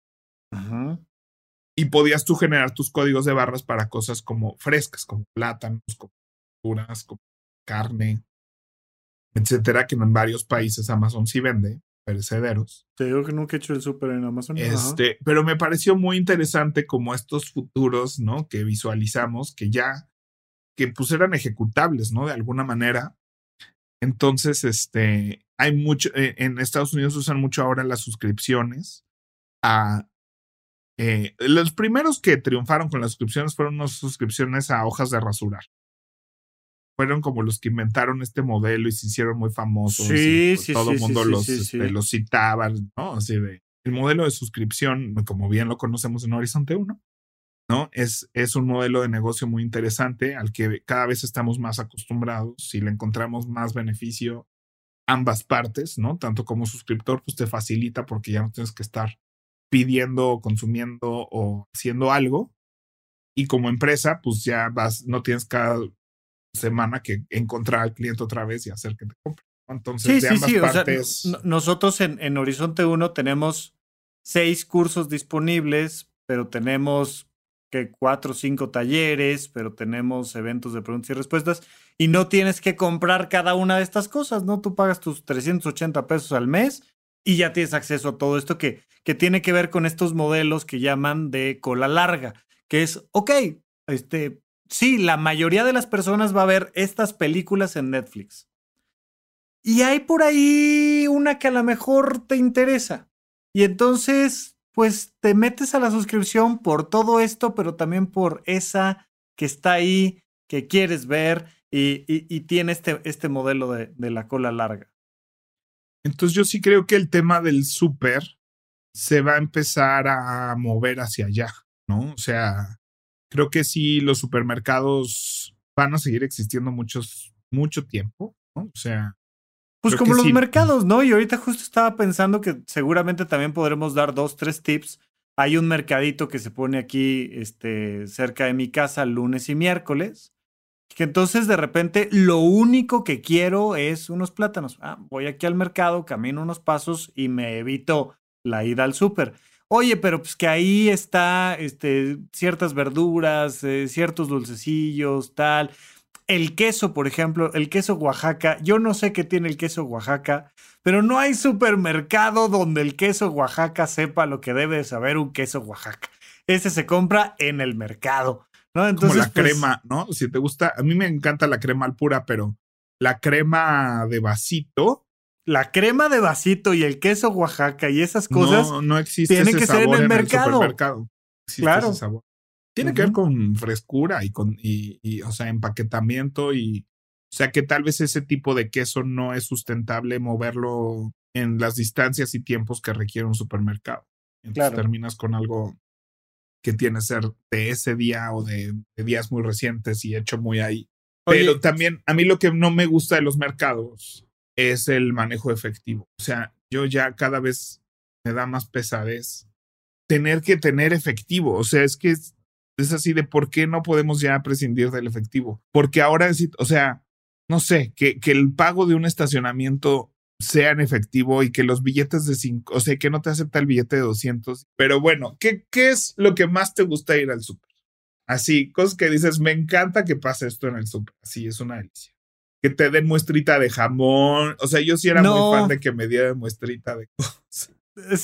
Y podías tú generar tus códigos de barras para cosas como frescas, como plátanos, como verduras, como carne, etcétera, que en varios países Amazon sí vende. Perecederos. Te digo que nunca he hecho el súper en Amazon. Pero me pareció muy interesante como estos futuros, ¿no? Que visualizamos que pues eran ejecutables, ¿no? De alguna manera. Entonces, hay mucho, en Estados Unidos usan mucho ahora las suscripciones los primeros que triunfaron con las suscripciones fueron unas suscripciones a hojas de rasurar. Fueron como los que inventaron este modelo y se hicieron muy famosos. Todo el mundo los citaba, ¿no? Así de el modelo de suscripción, como bien lo conocemos en Horizonte 1, ¿no? Es un modelo de negocio muy interesante al que cada vez estamos más acostumbrados. Si le encontramos más beneficio ambas partes, ¿no? Tanto como suscriptor, pues te facilita porque ya no tienes que estar pidiendo, consumiendo o haciendo algo. Y como empresa, pues ya no tienes cada semana que encontrar al cliente otra vez y hacer que te compre. Entonces, de ambas partes. O sea, nosotros en Horizonte 1 tenemos 6 cursos disponibles, pero tenemos 4 o 5 talleres, pero tenemos eventos de preguntas y respuestas, y no tienes que comprar cada una de estas cosas, ¿no? Tú pagas tus 380 pesos al mes y ya tienes acceso a todo esto que tiene que ver con estos modelos que llaman de cola larga, que es, sí, la mayoría de las personas va a ver estas películas en Netflix. Y hay por ahí una que a lo mejor te interesa. Y entonces, pues te metes a la suscripción por todo esto, pero también por esa que está ahí, que quieres ver y tiene este modelo de la cola larga. Entonces yo sí creo que el tema del súper se va a empezar a mover hacia allá, ¿no? O sea, creo que sí los supermercados van a seguir existiendo mucho tiempo, ¿no? O sea, pues como los mercados, ¿no? Y ahorita justo estaba pensando que seguramente también podremos dar 2, 3 tips. Hay un mercadito que se pone aquí cerca de mi casa lunes y miércoles, que entonces de repente lo único que quiero es unos plátanos. Voy aquí al mercado, camino unos pasos y me evito la ida al súper. Oye, pero pues que ahí está ciertas verduras, ciertos dulcecillos, tal. El queso, por ejemplo, el queso Oaxaca. Yo no sé qué tiene el queso Oaxaca, pero no hay supermercado donde el queso Oaxaca sepa lo que debe de saber un queso Oaxaca. Ese se compra en el mercado, ¿no? Entonces, como la crema, ¿no? Si te gusta, a mí me encanta la crema al pura, pero la crema de vasito. La crema de vasito y el queso Oaxaca y esas cosas no existe tienen ese que ser sabor en el mercado. mercado. Claro. Ese sabor. Tiene que ver con frescura y o sea, empaquetamiento y, o sea, que tal vez ese tipo de queso no es sustentable moverlo en las distancias y tiempos que requiere un supermercado. Entonces terminas con algo que tiene que ser de ese día o de días muy recientes y hecho muy ahí. Pero también a mí lo que no me gusta de los mercados es el manejo efectivo. O sea, yo ya cada vez me da más pesadez tener que tener efectivo. O sea, es que es así de por qué no podemos ya prescindir del efectivo. Porque ahora, o sea, no sé, que el pago de un estacionamiento sea en efectivo y que los billetes de 5, o sea, que no te acepta el billete de 200. Pero bueno, ¿qué es lo que más te gusta ir al súper? Así, cosas que dices, me encanta que pase esto en el súper. Así, es una delicia. Que te den muestrita de jamón. O sea, yo sí era muy fan de que me dieran muestrita de cosas.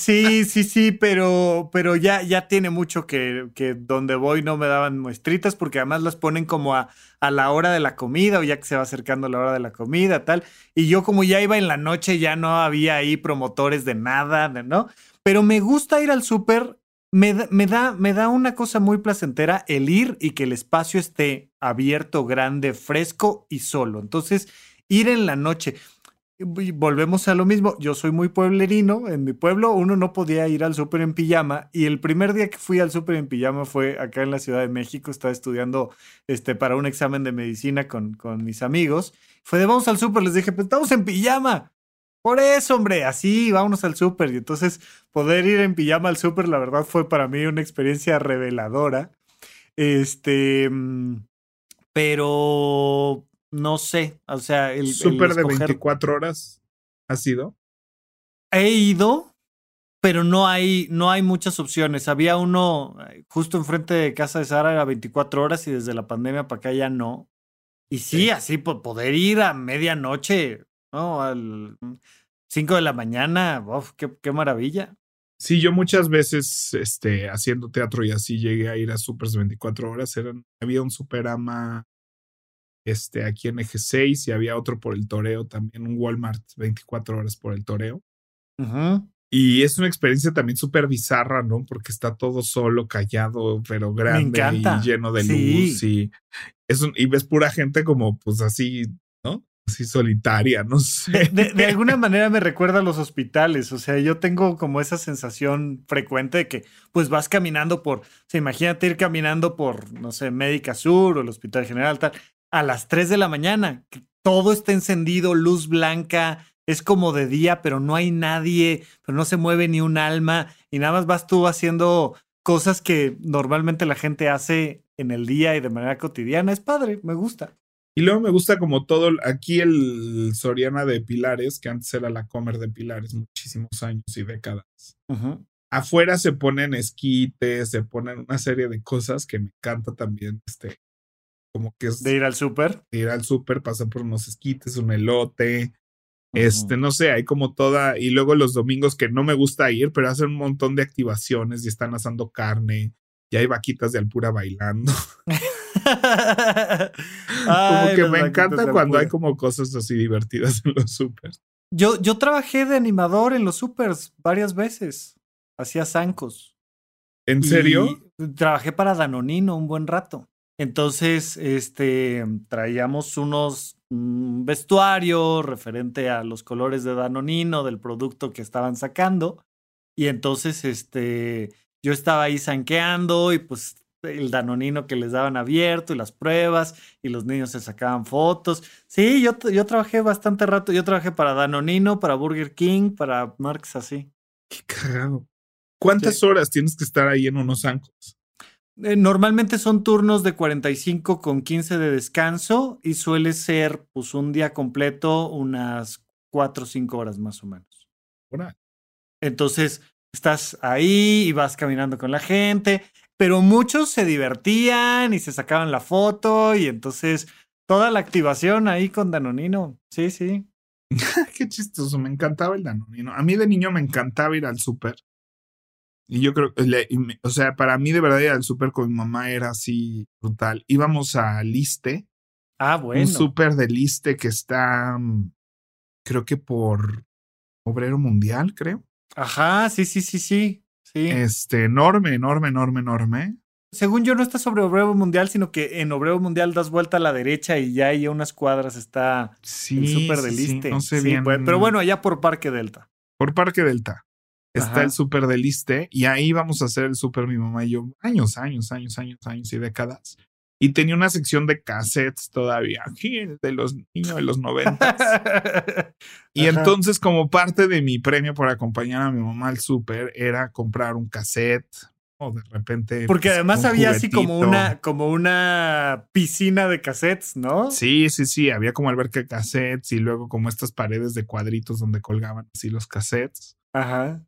Sí, pero ya tiene mucho que donde voy no me daban muestritas porque además las ponen como a la hora de la comida o ya que se va acercando la hora de la comida, tal. Y yo como ya iba en la noche ya no había ahí promotores de nada, ¿no? Pero me gusta ir al súper, me da una cosa muy placentera el ir y que el espacio esté abierto, grande, fresco y solo. Entonces, ir en la noche. Y volvemos a lo mismo, yo soy muy pueblerino, en mi pueblo uno no podía ir al súper en pijama y el primer día que fui al súper en pijama fue acá en la Ciudad de México, estaba estudiando para un examen de medicina con mis amigos, fue de vamos al súper, les dije, pues estamos en pijama, por eso hombre, así vámonos al súper y entonces poder ir en pijama al súper la verdad fue para mí una experiencia reveladora, pero... No sé, o sea... ¿El súper de 24 horas ha sido? He ido, pero no hay muchas opciones. Había uno justo enfrente de casa de Sara, era 24 horas y desde la pandemia para acá ya no. Y sí, así poder ir a medianoche, ¿no? Al 5 de la mañana, uf, qué maravilla. Sí, yo muchas veces haciendo teatro y así llegué a ir a supers de 24 horas. Había un Superama aquí en Eje 6 y había otro por el Toreo también, un Walmart 24 horas por el Toreo. Y es una experiencia también súper bizarra, ¿no? Porque está todo solo, callado, pero grande y lleno de luz. Y ves pura gente como, pues así, ¿no? así solitaria, no sé. De alguna manera me recuerda a los hospitales. O sea, yo tengo como esa sensación frecuente de que pues vas caminando por, o sea, imagínate ir caminando por, no sé, Médica Sur o el Hospital General, tal, a las 3 de la mañana. Que todo está encendido, luz blanca, es como de día, pero no hay nadie, pero no se mueve ni un alma y nada más vas tú haciendo cosas que normalmente la gente hace en el día y de manera cotidiana. Es padre, me gusta. Y luego me gusta como todo, aquí el Soriana de Pilares, que antes era la Comer de Pilares, muchísimos años y décadas. Uh-huh. Afuera se ponen esquites, se ponen una serie de cosas que me encanta también, como que es... ¿De ir al súper? De ir al súper, pasar por unos esquites, un elote, Uh-huh. no sé, hay como toda, y luego los domingos que no me gusta ir, pero hacen un montón de activaciones y están asando carne, y hay vaquitas de Alpura bailando. Como que me encanta cuando hay como cosas así divertidas en los supers. Yo trabajé de animador en los supers varias veces. Hacía zancos. ¿En serio? Trabajé para Danonino un buen rato. Entonces, traíamos unos vestuario referente a los colores de Danonino, del producto que estaban sacando. Y entonces, yo estaba ahí zanqueando y pues el Danonino que les daban abierto y las pruebas y los niños se sacaban fotos. Sí, yo trabajé bastante rato. Yo trabajé para Danonino, para Burger King, para Marx, así. Qué cagado. ¿Cuántas horas tienes que estar ahí en unos zancos? Normalmente son turnos de 45 con 15 de descanso y suele ser pues un día completo, unas 4 o 5 horas más o menos. Hola. Entonces estás ahí y vas caminando con la gente, pero muchos se divertían y se sacaban la foto y entonces toda la activación ahí con Danonino. Sí, sí. Qué chistoso, me encantaba el Danonino. A mí de niño me encantaba ir al súper. Y yo creo, o sea, para mí de verdad ir al súper con mi mamá era así brutal. Íbamos a Liste. Ah, bueno. Un súper de Liste que está, creo que por Obrero Mundial, creo. Ajá, sí. Enorme. Según yo no está sobre Obrero Mundial, sino que en Obrero Mundial das vuelta a la derecha y ya ahí a unas cuadras está el súper de Liste. Sí, no sé bien. Pues, pero bueno, allá por Parque Delta. Por Parque Delta. Está el súper de Liste y ahí vamos a hacer el súper mi mamá y yo años y décadas. Y tenía una sección de cassettes todavía, aquí de los niños de los 90. Y entonces como parte de mi premio por acompañar a mi mamá al súper era comprar un cassette o de repente... Porque pues, además había juguetito. así como una piscina de cassettes, ¿no? Sí, había como alberca de cassettes y luego como estas paredes de cuadritos donde colgaban así los cassettes. Ajá.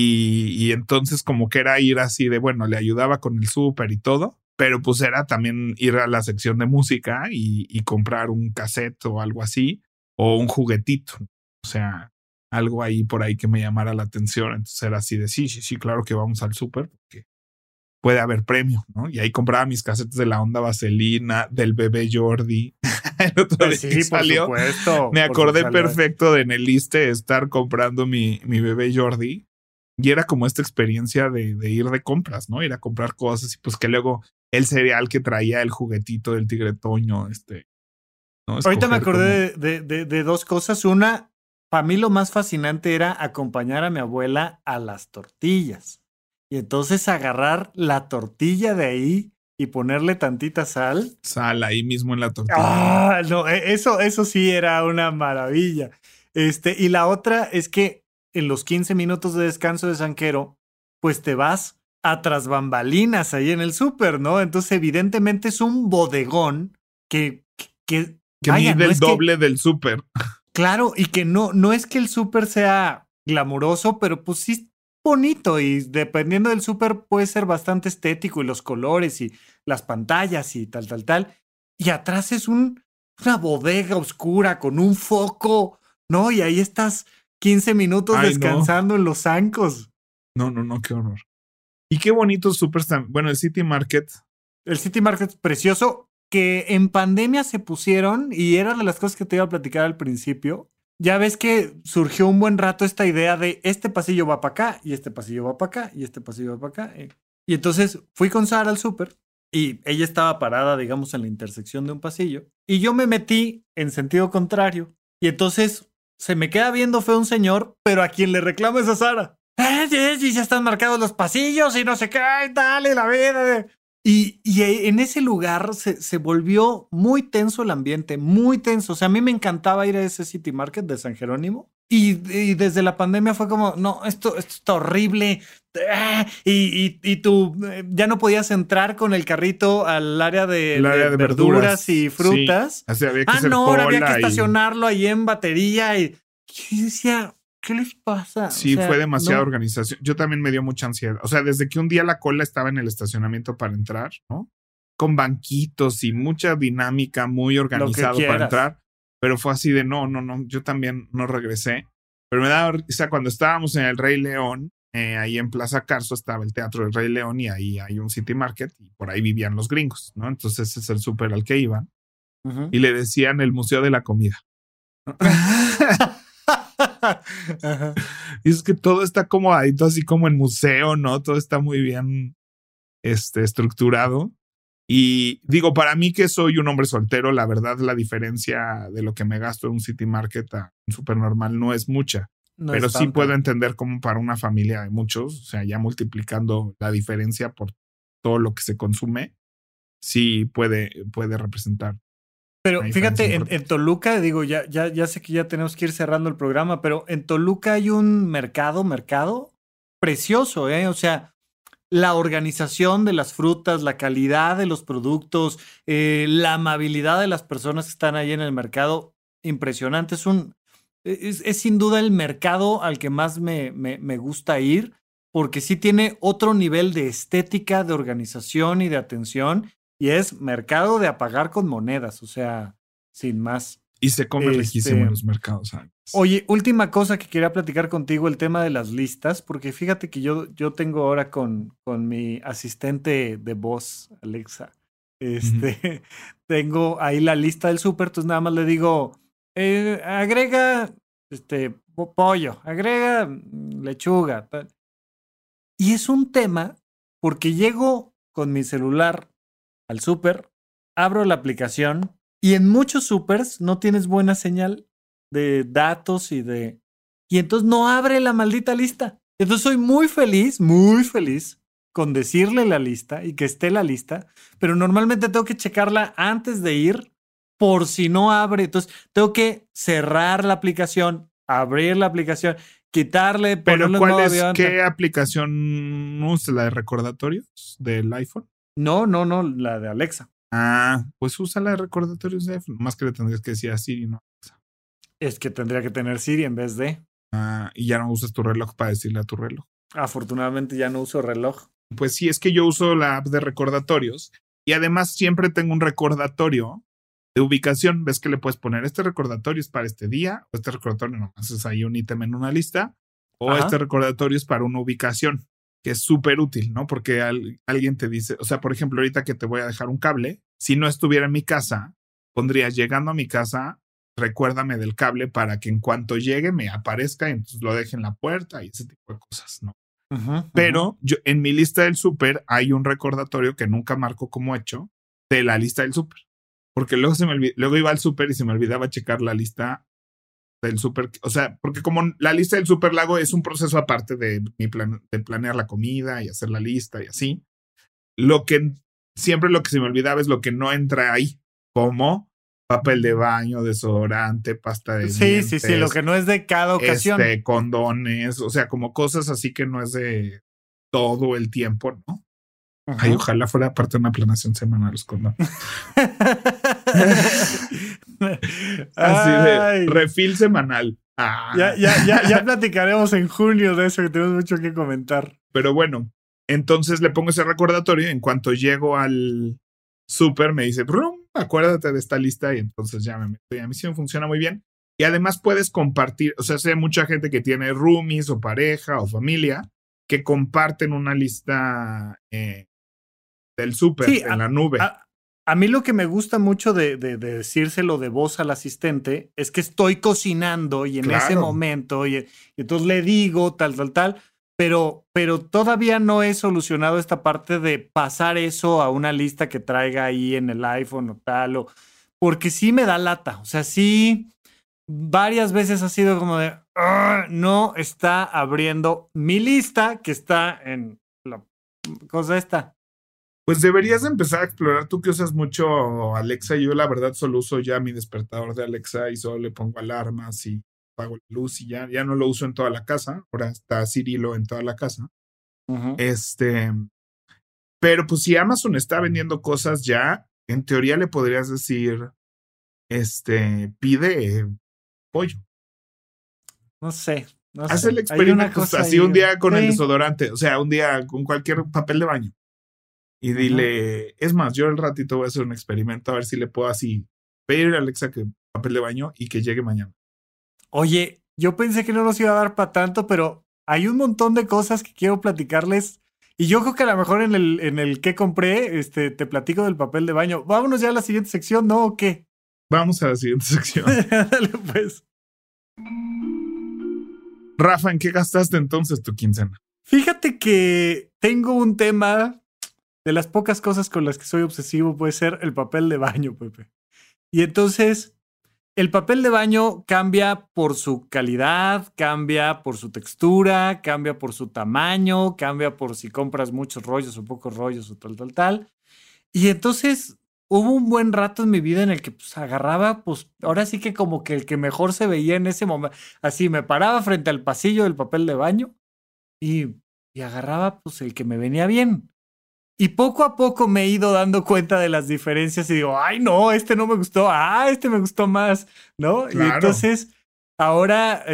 Y entonces como que era ir así de, bueno, le ayudaba con el súper y todo, pero pues era también ir a la sección de música y comprar un cassette o algo así, o un juguetito, o sea, algo ahí por ahí que me llamara la atención. Entonces era así de, sí, claro que vamos al súper, porque puede haber premio, ¿no? Y ahí compraba mis cassettes de la Onda Vaselina, del Bebé Jordi. El otro día que salió, por supuesto. me acordé perfecto de en el Liste estar comprando mi Bebé Jordi. Y era como esta experiencia de ir de compras, ¿no? Ir a comprar cosas y pues que luego el cereal que traía el juguetito del Tigre Toño, ¿no? Ahorita me acordé de dos cosas. Una, para mí lo más fascinante era acompañar a mi abuela a las tortillas. Y entonces agarrar la tortilla de ahí y ponerle tantita sal. Sal ahí mismo en la tortilla. Ah, no, eso sí era una maravilla. Y la otra es que en los 15 minutos de descanso de zanquero, pues te vas a tras bambalinas ahí en el súper, ¿no? Entonces, evidentemente es un bodegón que vaya, mide el doble del súper. Claro, y que no es que el súper sea glamuroso, pero pues sí es bonito y dependiendo del súper puede ser bastante estético y los colores y las pantallas y tal. Y atrás es una bodega oscura con un foco, ¿no? Y ahí estás 15 minutos descansando en los zancos. No, qué horror. Y qué bonitos súper. Bueno, el City Market. El City Market es precioso, que en pandemia se pusieron, y era de las cosas que te iba a platicar al principio. Ya ves que surgió un buen rato esta idea de este pasillo va para acá, y este pasillo va para acá, y este pasillo va para acá. Y entonces fui con Sara al súper, y ella estaba parada, digamos, en la intersección de un pasillo. Y yo me metí en sentido contrario. Y entonces se me queda viendo feo un señor, pero a quien le reclama es a Sara. Y ya están marcados los pasillos y no sé qué, dale la vida. Y en ese lugar se volvió muy tenso el ambiente, muy tenso. O sea, a mí me encantaba ir a ese City Market de San Jerónimo. Y desde la pandemia fue como, no, esto está horrible. Y tú ya no podías entrar con el carrito al área de verduras y frutas. Sí. Así había que hacer no, ahora había que cola estacionarlo ahí en batería. Y yo decía, ¿qué les pasa? Sí, o sea, fue demasiada organización. Yo también me dio mucha ansiedad. O sea, desde que un día la cola estaba en el estacionamiento para entrar, ¿no? Con banquitos y mucha dinámica, muy organizado para entrar. Pero fue así de no. Yo también no regresé. Pero me daba risa cuando estábamos en el Rey León, ahí en Plaza Carso estaba el Teatro del Rey León y ahí hay un City Market y por ahí vivían los gringos, ¿no? Entonces ese es el súper al que iban. Uh-huh. Y le decían el Museo de la Comida. Y es que todo está acomodadito, así como en museo, ¿no? Todo está muy bien estructurado. Y digo, para mí que soy un hombre soltero, la verdad la diferencia de lo que me gasto en un City Market a un súper normal no es mucha. No pero sí puedo entender cómo para una familia de muchos, o sea, ya multiplicando la diferencia por todo lo que se consume, sí puede representar. Pero fíjate, en Toluca, digo, ya sé que ya tenemos que ir cerrando el programa, pero en Toluca hay un mercado precioso, ¿eh? O sea, la organización de las frutas, la calidad de los productos, la amabilidad de las personas que están ahí en el mercado, impresionante. Es sin duda el mercado al que más me gusta ir, porque sí tiene otro nivel de estética, de organización y de atención. Y es mercado de a pagar con monedas, o sea, sin más. Y se come riquísimo en los mercados. ¿Sabes? Oye, última cosa que quería platicar contigo, el tema de las listas, porque fíjate que yo tengo ahora con mi asistente de voz, Alexa, tengo ahí la lista del súper, entonces nada más le digo, agrega pollo, agrega lechuga. Tal. Y es un tema porque llego con mi celular al súper, abro la aplicación y en muchos súpers no tienes buena señal de datos y entonces no abre la maldita lista. Entonces soy muy feliz con decirle la lista y que esté la lista, pero normalmente tengo que checarla antes de ir por si no abre. Entonces tengo que cerrar la aplicación, abrir la aplicación, quitarle, ¿pero cuál es? ¿Qué aplicación usa? ¿La de recordatorios del iPhone? No, la de Alexa. Ah, pues usa la de recordatorios de iPhone. Más que le tendrías que decir a Siri, ¿no? Es que tendría que tener Siri en vez de. Ah, y ya no usas tu reloj para decirle a tu reloj. Afortunadamente ya no uso reloj. Pues sí, es que yo uso la app de recordatorios y además siempre tengo un recordatorio de ubicación. Ves que le puedes poner este recordatorio es para este día, o este recordatorio nomás es ahí un ítem en una lista, o Ajá. Este recordatorio es para una ubicación, que es súper útil, ¿no? Porque alguien te dice, o sea, por ejemplo, ahorita que te voy a dejar un cable, si no estuviera en mi casa, pondría llegando a mi casa, recuérdame del cable para que en cuanto llegue me aparezca y entonces lo deje en la puerta y ese tipo de cosas, ¿no? Uh-huh. Pero yo en mi lista del súper hay un recordatorio que nunca marco como hecho de la lista del súper. Porque luego iba al súper y se me olvidaba checar la lista del súper. O sea, porque como la lista del súper la hago es un proceso aparte de planear la comida y hacer la lista y así. Siempre lo que se me olvidaba es lo que no entra ahí, como papel de baño, desodorante, pasta de dientes. Sí, lo que no es de cada ocasión. Condones, o sea, como cosas así que no es de todo el tiempo, ¿no? Uh-huh. Ay, ojalá fuera parte de una planeación semanal los condones. Así de refil semanal. Ya platicaremos en junio de eso, que tenemos mucho que comentar. Pero bueno, entonces le pongo ese recordatorio y en cuanto llego al súper me dice, acuérdate de esta lista y entonces ya me meto y a mí sí me funciona muy bien. Y además puedes compartir, o sea, sé mucha gente que tiene roomies o pareja o familia que comparten una lista del súper en la nube. A mí lo que me gusta mucho de decírselo de voz al asistente es que estoy cocinando y en ese momento, y entonces le digo tal, pero todavía no he solucionado esta parte de pasar eso a una lista que traiga ahí en el iPhone o tal, porque sí me da lata. O sea, sí, varias veces ha sido como de, no está abriendo mi lista que está en la cosa esta. Pues deberías empezar a explorar, tú que usas mucho Alexa. Yo la verdad solo uso ya mi despertador de Alexa y solo le pongo alarmas y apago la luz y ya no lo uso en toda la casa. Ahora está Cirilo en toda la casa. Uh-huh. Pero pues si Amazon está vendiendo cosas ya, en teoría le podrías decir, pide pollo. No sé. Haz el experimento así un día con el desodorante, o sea, un día con cualquier papel de baño. Y dile, es más, yo el ratito voy a hacer un experimento a ver si le puedo así pedir a Alexa que papel de baño y que llegue mañana. Oye, yo pensé que no nos iba a dar para tanto, pero hay un montón de cosas que quiero platicarles. Y yo creo que a lo mejor en el que compré, te platico del papel de baño. Vámonos ya a la siguiente sección, ¿no? ¿O qué? Vamos a la siguiente sección. Dale, pues. Rafa, ¿en qué gastaste entonces tu quincena? Fíjate que tengo un tema. De las pocas cosas con las que soy obsesivo puede ser el papel de baño, Pepe. Y entonces, el papel de baño cambia por su calidad, cambia por su textura, cambia por su tamaño, cambia por si compras muchos rollos o pocos rollos o tal. Y entonces, hubo un buen rato en mi vida en el que pues agarraba, pues ahora sí que como que el que mejor se veía en ese momento. Así, me paraba frente al pasillo del papel de baño y agarraba pues el que me venía bien. Y poco a poco me he ido dando cuenta de las diferencias y digo, ay no, este no me gustó, este me gustó más, ¿no? Claro. Y entonces ahora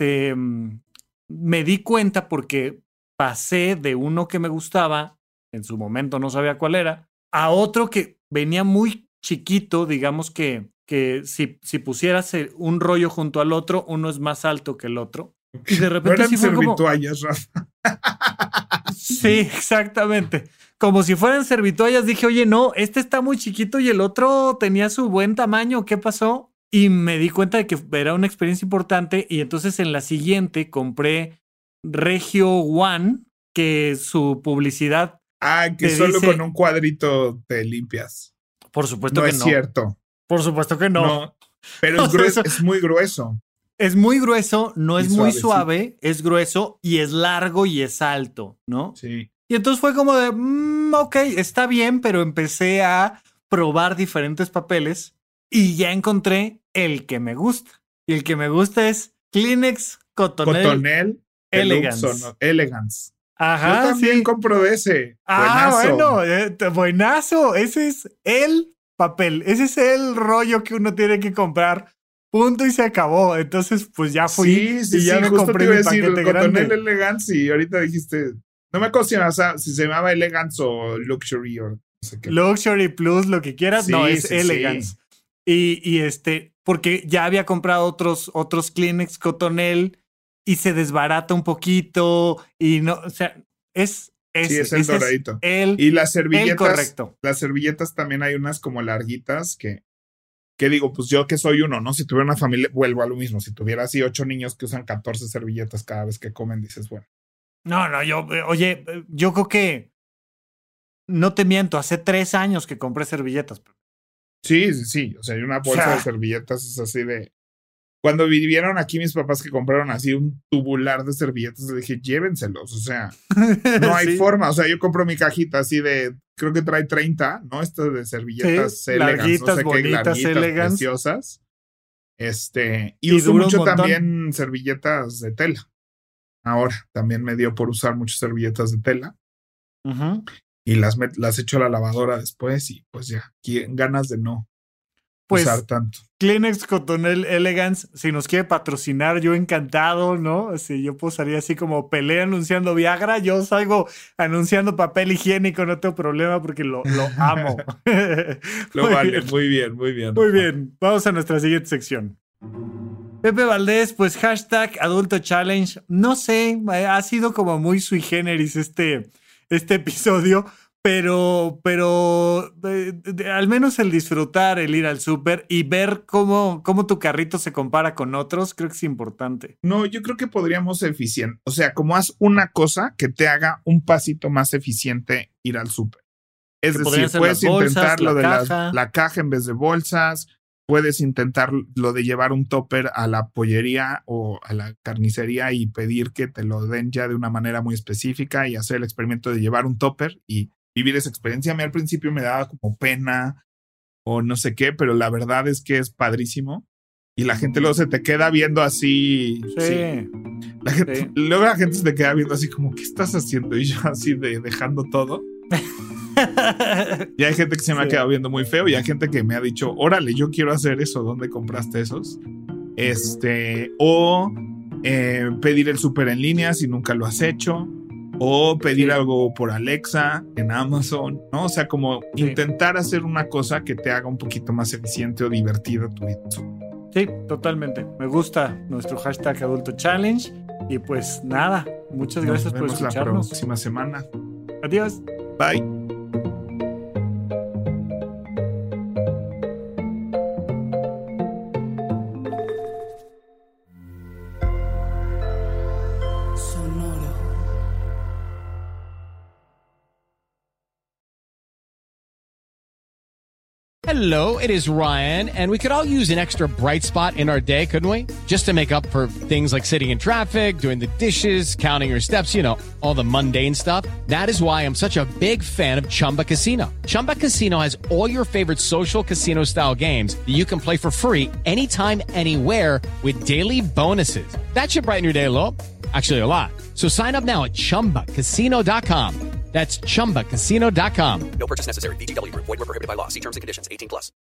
me di cuenta porque pasé de uno que me gustaba, en su momento no sabía cuál era, a otro que venía muy chiquito, digamos que si pusieras un rollo junto al otro, uno es más alto que el otro. Y de repente sí fue como... Rafa. Sí, exactamente. Como si fueran servitoallas, dije, oye, no, este está muy chiquito y el otro tenía su buen tamaño, ¿qué pasó? Y me di cuenta de que era una experiencia importante y entonces en la siguiente compré Regio One, que su publicidad... que solo dice, con un cuadrito te limpias. Por supuesto que no. No es cierto. Por supuesto que no. Pero es grueso, es muy grueso. Es muy grueso, no es muy suave, es grueso y es largo y es alto, ¿no? Sí. Y entonces fue como de, ok, está bien, pero empecé a probar diferentes papeles y ya encontré el que me gusta. Y el que me gusta es Kleenex Cottonelle Elegance. Elegance. Ajá, yo también compro de ese. Buenazo. Bueno, buenazo. Ese es el papel, ese es el rollo que uno tiene que comprar. Punto y se acabó. Entonces, pues ya fui y ya me compré mi paquete grande. Cottonelle Elegance y ahorita dijiste, no me acuerdo si se llamaba Elegance o Luxury o no sé qué. Luxury Plus, lo que quieras. Sí, no, es Elegance. Sí. Y porque ya había comprado otros Kleenex Cottonelle y se desbarata un poquito y no, o sea, es el doradito. Y las servilletas, correcto. Las servilletas también hay unas como larguitas que digo, pues yo que soy uno, ¿no? Si tuviera una familia, vuelvo a lo mismo. Si tuviera así 8 niños que usan 14 servilletas cada vez que comen, dices, bueno. No, yo creo que, no te miento, hace 3 años que compré servilletas. Sí. O sea, hay una bolsa de servilletas, es así de... Cuando vivieron aquí mis papás que compraron así un tubular de servilletas, les dije, llévenselos, o sea, no hay forma. O sea, yo compro mi cajita así de, creo que trae 30, ¿no? Estas de servilletas Elegance, no sé bonitas, qué, larguitas, preciosas. Y uso mucho también servilletas de tela. Ahora, también me dio por usar muchas servilletas de tela. Uh-huh. Y las echo a la lavadora después y pues ya, ganas de no usar tanto. Kleenex Cottonelle Elegance, si nos quiere patrocinar, yo encantado, ¿no? Si yo posaría así como Pelé anunciando Viagra, yo salgo anunciando papel higiénico, no tengo problema porque lo amo. Muy bien. Muy bien, vamos a nuestra siguiente sección. Pepe Valdés, pues hashtag Adulto Challenge, no sé, ha sido como muy sui generis este episodio, pero al menos el disfrutar, el ir al súper y ver cómo tu carrito se compara con otros, creo que es importante. No, yo creo que podríamos eficiente. O sea, como haz una cosa que te haga un pasito más eficiente ir al súper. Es decir, puedes intentar lo de la caja en vez de bolsas, puedes intentar lo de llevar un topper a la pollería o a la carnicería y pedir que te lo den ya de una manera muy específica y hacer el experimento de llevar un topper y vivir esa experiencia. A mí al principio me daba como pena o no sé qué, pero la verdad es que es padrísimo y la gente luego se te queda viendo así. Sí. Luego la gente se te queda viendo así como, ¿qué estás haciendo? Y yo así dejando todo. Y hay gente que se me ha quedado viendo muy feo y hay gente que me ha dicho, órale, yo quiero hacer eso, ¿dónde compraste esos? O pedir el súper en línea si nunca lo has hecho, o pedir algo por Alexa en Amazon, ¿no? O sea, como intentar hacer una cosa que te haga un poquito más eficiente o divertido tu vida. Sí, totalmente. Me gusta nuestro hashtag Adulto Challenge y pues nada, muchas gracias por escucharnos. Nos vemos la próxima semana. Adiós. Bye. Hello, it is Ryan, and we could all use an extra bright spot in our day, couldn't we? Just to make up for things like sitting in traffic, doing the dishes, counting your steps, you know, all the mundane stuff. That is why I'm such a big fan of Chumba Casino. Chumba Casino has all your favorite social casino-style games that you can play for free anytime, anywhere with daily bonuses. That should brighten your day a little. Actually, a lot. So sign up now at ChumbaCasino.com. That's ChumbaCasino.com. No purchase necessary. VGW Group. Void where prohibited by law. See terms and conditions. 18+.